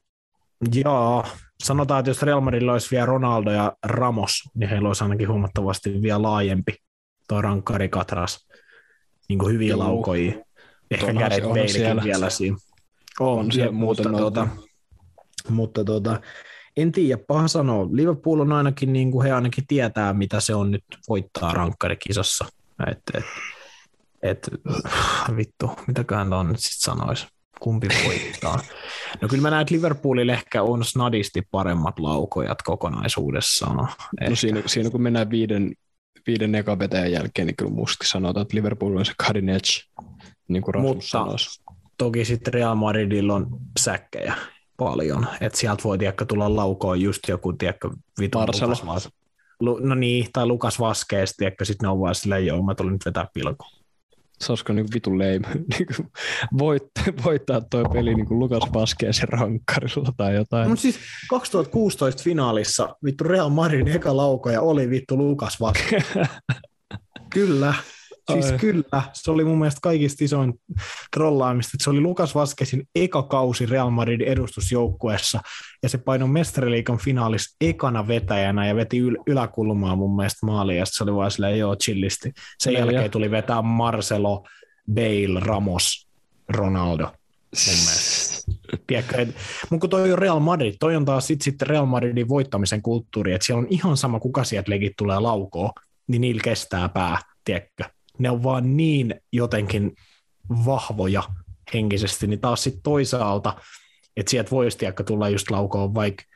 jaa, sanotaan, että jos Real Madridilla olisi vielä Ronaldo ja Ramos, niin heillä olisi ainakin huomattavasti vielä laajempi tuo rankkarikatras. Niin kuin hyviä laukoja. Ehkä kädet meillekin vielä siinä. On, on siellä muuten mutta, tuota, mutta tuota, en tiedä, paha sanoa. Liverpool on ainakin, niin kuin he ainakin tietää, mitä se on nyt voittaa rankkarikisassa. Et, et, et, vittu, mitäköhän on nyt sitten sanoisi. Kumpi voittaa? No kyllä mä näen, että Liverpoolille ehkä on snadisti paremmat laukojat kokonaisuudessaan. No siinä, siinä kun mennään viiden, viiden ekan vetäjän jälkeen, niin kyllä musta sanotaan, että Liverpool on se cutting edge, niin kuin Rasmus sanoisi. Toki sitten Real Madridilla on säkkejä paljon, että sieltä voi tiedäkö tulla laukoon just joku tiedäkö vitun Lukas Vas... No niin, tai Lukas Vasquez, tiedäkö sitten ne on vaan silleen, joo, mä tulin nyt vetää pilkoon. Se olisiko niin vitun leima, niin voittaa, voittaa toi peli niin kuin Lukas Vasquezin rankkarilla tai jotain. No siis kaksituhattakuusitoista finaalissa vittu Real Madridin eka laukoja oli vittu Lukas Vasquez. Kyllä. Siis Ai. Kyllä, se oli mun mielestä kaikista isoin trollaamista, että se oli Lukas Vasquezin eka kausi Real Madridin edustusjoukkueessa, ja se painoi Mestariliigan finaalissa ekana vetäjänä ja veti yl- yläkulmaa mun mielestä maaliin, ja se oli vaan silleen, joo, chillisti. Sen no, jälkeen ja. tuli vetää Marcelo, Bale, Ramos, Ronaldo mun mielestä. Tiedätkö, et, mutta kun toi on Real Madrid, toi on taas sitten sit Real Madridin voittamisen kulttuuri, että siellä on ihan sama, kuka sieltä legit tulee laukoon, niin niillä kestää pää, tiedätkö. Ne on vaan niin jotenkin vahvoja henkisesti, niin taas sitten toisaalta, että sieltä voisi tiedäkö tulla just laukoon vaikka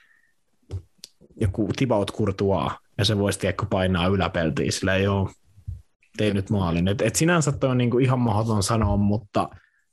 joku Thibaut Courtois, ja se voisi tiedäkö painaa yläpeltiin, sillä ei ole, tei nyt maalin. Et, et sinänsä toi on niinku ihan mahdoton sanoa, mutta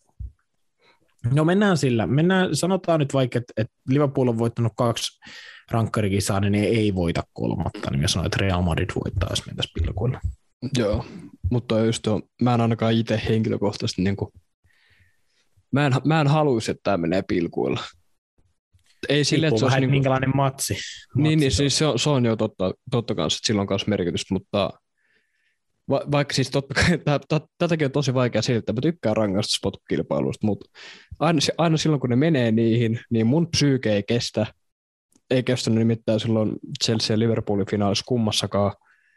no mennään sillä. Mennään, sanotaan nyt vaikka, että et Liverpool on voittanut kaksi rankkarikisaa, niin ne ei voita kolmatta, niin mä sanon, että Real Madrid voittaa, jos mentäisiin pilkuilla. Joo, mutta just on, mä en ainakaan itse henkilökohtaisesti, niin kuin, mä, en, mä en haluaisi, että tämä menee pilkuilla. Ei sille, että se olisi, niin kuin, minkälainen matsi. matsi niin, niin siis se on, se on jo totta, totta kanssa, että sillä on kanssa merkitystä, mutta va, vaikka siis totta kai, tätäkin on tosi vaikea selittää, mä tykkään rangaistuspotkukilpailuista, mutta aina, aina silloin, kun ne menee niihin, niin mun psyyke ei kestä, ei kestänyt nimittäin silloin Chelsea ja Liverpoolin finaalissa kummassakaan.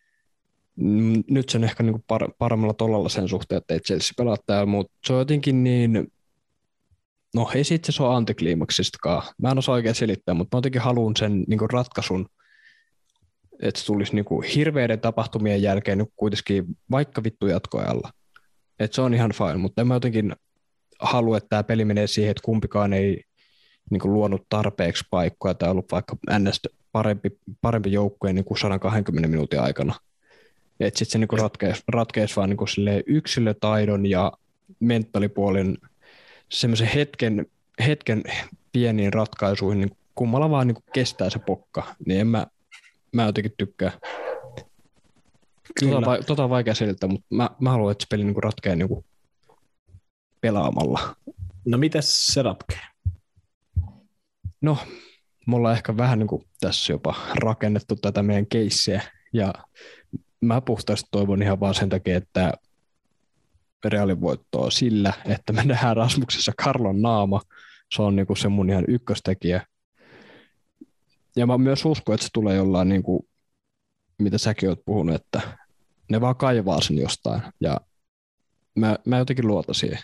Nyt sen ehkä niinku par- paremmalla tolalla sen suhteen, että ei Chelsea pelaa täällä, mutta se on jotenkin niin, no ei sitten se ole antikliimaksistakaan. Mä en osaa oikein selittää, mutta mä jotenkin haluan sen niinku ratkaisun, että se tulisi niinku hirveiden tapahtumien jälkeen nyt kuitenkin vaikka vittu jatkoajalla. Että se on ihan fine, mutta en mä jotenkin halua, että tämä peli menee siihen, että kumpikaan ei niinku luonut tarpeeksi paikkoja tai ollut vaikka ns. parempi, parempi joukkue niinku sata kaksikymmentä minuutin aikana. Että sitten se niinku ratkeisi, ratkeisi vaan niinku yksilötaidon ja mentaalipuolen semmoisen hetken, hetken pieniin ratkaisuihin, niin kummalla vaan niin kestää se pokka, niin en mä, mä jotenkin tykkää. Tota, va, tota on vaikea selittää, mutta mä, mä haluan, että se peli niin ratkeaa niin pelaamalla. No mites se ratkee? No, me ollaan ehkä vähän niin kuin tässä jopa rakennettu tätä meidän keissiä, ja mä puhtaasti toivon ihan vaan sen takia, että Realin voittoa sillä, että me nähdään Rasmuksessa Carlon naama. Se on niinku se mun ihan ykköstekijä. Ja mä myös uskon, että se tulee jollain, niinku, mitä säkin oot puhunut, että ne vaan kaivaa sen jostain. Ja mä, mä jotenkin luotan siihen.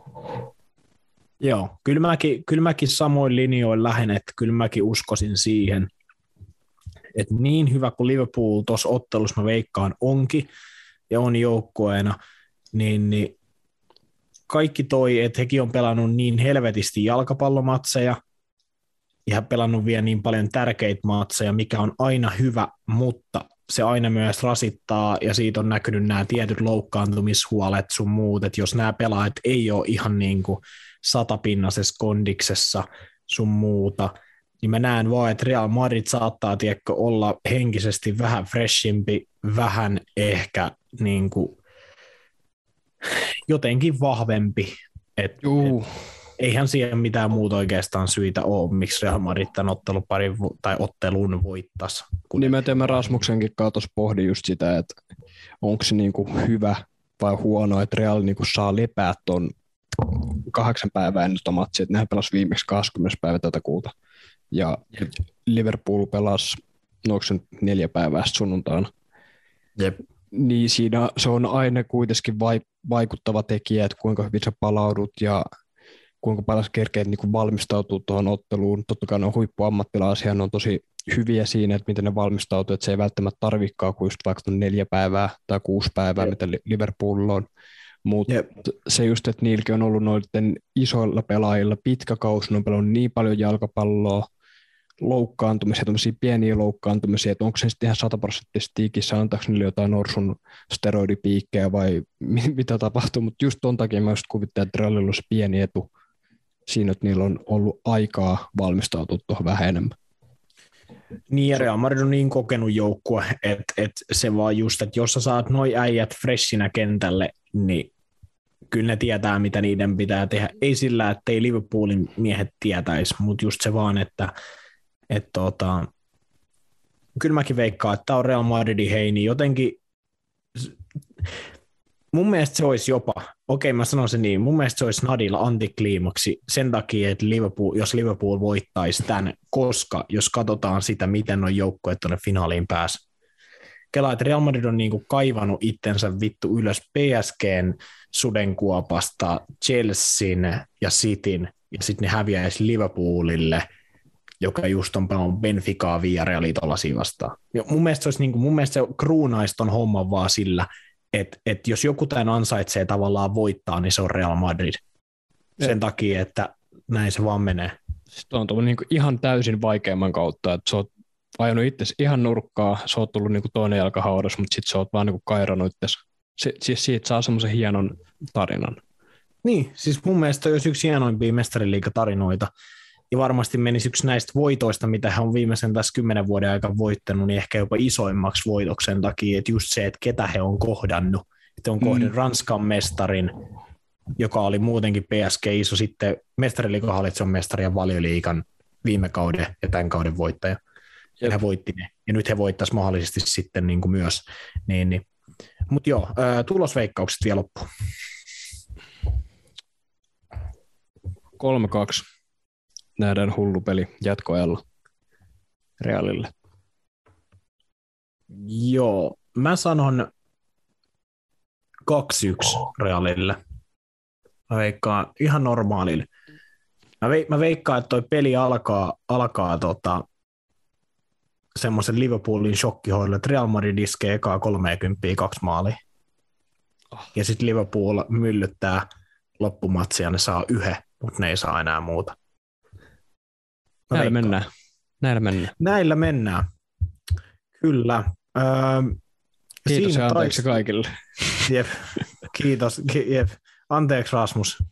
Joo, kyllä mäkin, kyllä mäkin samoin linjoin lähden, että kyllä mäkin uskoisin siihen, että niin hyvä kuin Liverpool tuossa ottelussa mä veikkaan onkin ja on joukkueena, niin, niin kaikki toi, että hekin on pelannut niin helvetisti jalkapallomatseja ja pelannut vielä niin paljon tärkeitä matseja, mikä on aina hyvä, mutta se aina myös rasittaa ja siitä on näkynyt nämä tietyt loukkaantumishuolet sun muut, että jos nämä pelaajat ei ole ihan niin kuin satapinnasessa kondiksessa sun muuta, niin mä näen vaan, että Real Madrid saattaa tiedätkö, olla henkisesti vähän freshimpi, vähän ehkä niin kuin jotenkin vahvempi. Et, et, eihän siihen mitään muuta oikeastaan syitä ole, miksi Real Madrid tämän ottelun, parin, tai ottelun voittaisi. Niin mä teemme Rasmuksenkin kautta pohdin just sitä, että onko se niinku hyvä vai huono, että Real niinku saa lepää tuon kahdeksan päivää ennen tuota matsia, että nehän pelasi viimeksi kaksikymmentä päivä tätä kuuta. Ja Jep. Liverpool pelasi, no onko se nyt neljä päivää sunnuntaina. Jep. Niin siinä se on aina kuitenkin vaikuttava tekijä, että kuinka hyvin sä palaudut ja kuinka paljon sä kerkeet niin valmistautuu tuohon otteluun. Totta kai ne on huippuammattilaisia, ne on tosi hyviä siinä, että miten ne valmistautuu, että se ei välttämättä tarvikaan kuin just vaikka neljä päivää tai kuusi päivää, Jep. mitä Liverpoolilla on. Mutta se just, että niilläkin on ollut noiden isoilla pelaajilla pitkä kausi, ne on pelannut niin paljon jalkapalloa, loukkaantumisia, tämmöisiä pieniä loukkaantumisia, että onko se sitten ihan sataprosenttisesti ikissä, antaako niille jotain norsun steroidipiikkejä vai mitä tapahtuu, mutta just ton takia mä just kuvittelen, että Realilla on se pieni etu siinä, että niillä on ollut aikaa valmistautua tuohon vähän enemmän. Niin, ja Real Madrid on niin kokenut joukkue, että, että se vaan just, että jos sä saat noi äijät freshinä kentälle, niin kyllä ne tietää, mitä niiden pitää tehdä. Ei sillä, että ei Liverpoolin miehet tietäisi, mutta just se vaan, että et tota, kyllä mäkin veikkaan, että tämä on Real Madridin heini. Jotenkin mun mielestä se olisi jopa, okei mä sanon sen niin, mun mielestä se olisi Nadilla antikliimaksi sen takia, että Liverpool, jos Liverpool voittaisi tämän, koska jos katsotaan sitä, miten on joukkueet tuonne finaaliin pääsi. Kelaa, että Real Madrid on niinku kaivannut itsensä vittu ylös P S G:n sudenkuopasta, Chelsean ja Cityn, ja sitten ne häviäisi Liverpoolille, joka just on pelannut Benficaa Villarealia tuollaisia vastaan. Ja mun mielestä se olisi niinku, mun mielestä se kruunaisi ton homman vaan sillä, että et jos joku tämän ansaitsee tavallaan voittaa, niin se on Real Madrid. Sen ja. takia, että näin se vaan menee. Sitten on tullut niinku ihan täysin vaikeamman kautta, että sä oot ajanut itsesi ihan nurkkaa, sä oot tullut niinku toinen jalka haudassa, mutta sitten sä oot vaan niinku kairannut itsesi. Si- siis siitä saa semmoisen hienon tarinan. Niin, siis mun mielestä olisi yksi hienoimpia mestariliigatarinoita. Ja varmasti menisi yksi näistä voitoista, mitä hän on viimeisen tässä kymmenen vuoden aikana voittanut, niin ehkä jopa isoimmaksi voitoksen takia, että just se, että ketä he on kohdannut. Että on kohdannut mm. Ranskan mestarin, joka oli muutenkin P S G iso, sitten mestariliigan hallitsevan mestari ja Valioliigan viime kauden ja tämän kauden voittaja. Ja he voitti ne. Ja nyt he voittaisi mahdollisesti sitten niin kuin myös. Niin, niin. Mutta joo, tulosveikkaukset vielä loppuun. kolme kaksi. Nähdään hullu peli jatkoajalla Realille. Joo, mä sanon kaksi yksi Realille. Mä veikkaan ihan normaalille. Mä, veik- mä veikkaan, että toi peli alkaa, alkaa tota, semmoisen Liverpoolin shokkihoidon, että Real Madrid iskee ekaa kolmekymmentä kaksi maalia. Oh. Ja sitten Liverpool myllyttää loppumatsia ja ne saa yhden, mutta ne ei saa enää muuta. Mä Näillä veikkaan. mennään. Näillä mennään. Näillä mennään. Kyllä. Öö, Kiitos ja anteeksi taist... kaikille. Jep. Kiitos. Jep. Anteeksi Rasmus.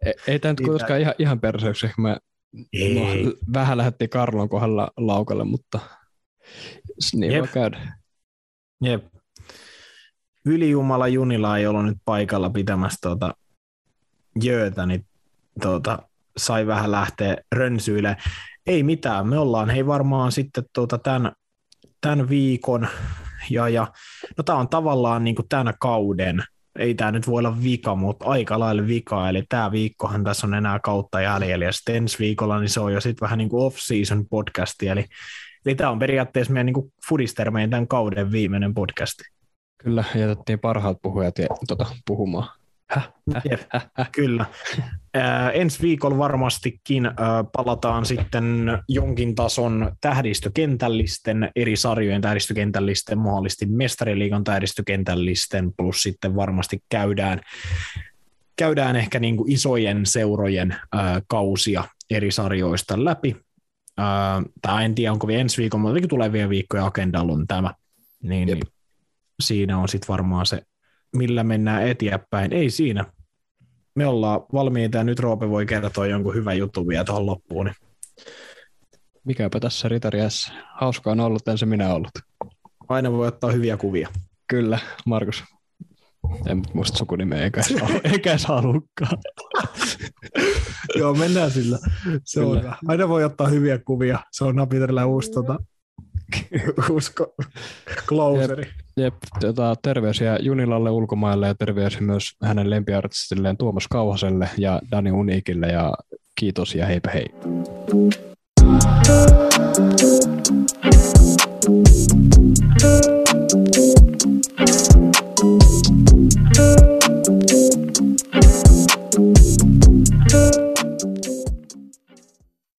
Ei, ei tämä nyt kuitenkaan ihan, ihan perseyksi. Me no, vähän lähdettiin Karlon kohdalla laukalle, mutta niin Jep. voi käydä. Jep. Ylijumala Junila ei ollut nyt paikalla pitämässä tuota jöötä, niin tuota, sai vähän lähteä rönsyille. Ei mitään, me ollaan hei varmaan sitten tuota tämän, tämän viikon, ja, ja no tämä on tavallaan niin kuin tämän kauden, ei tämä nyt voi olla vika, mutta aika lailla vika, eli tämä viikkohan tässä on enää kautta jäljellä, ja sitten ensi viikolla niin se on jo sitten vähän niin kuin off-season podcasti, eli, eli tämä on periaatteessa meidän niin kuin Foodistermeen tämän kauden viimeinen podcasti. Kyllä, jätettiin parhaat puhujat ja, tota, puhumaan. Häh, häh, Jep, häh, häh. kyllä. Äh, ensi viikolla varmastikin äh, palataan sitten jonkin tason tähdistökentällisten, eri sarjojen tähdistökentällisten, mahdollisesti mestariliigan tähdistökentällisten, plus sitten varmasti käydään, käydään ehkä niin kuin isojen seurojen äh, kausia eri sarjoista läpi. Äh, tai en tiedä, onko vielä ensi viikolla, mutta tulevia viikkoja agendalla on tämä. Niin, niin siinä on sitten varmaan se, millä mennään eteenpäin. Ei siinä. Me ollaan valmiita ja nyt Roope voi kertoa jonkun hyvän jutun vielä tuohon loppuun. Niin. Mikäpä tässä Ritariässä. Hauskaa on ollut, en se minä ollut. Aina voi ottaa hyviä kuvia. Kyllä, Markus. En muista sukunimeä, eikä edes, eikä edes halukkaan. Joo, mennään sillä. Se on hyvä. Aina voi ottaa hyviä kuvia. Se on Napiterillä uusi tota, usko closeri. Jep, jep tota, terveisiä Junilalle ulkomaille ja terveisiä myös hänen lempiartistilleen Tuomas Kauhaselle ja Dani Uniikille ja kiitos ja heipä hei. Thank you.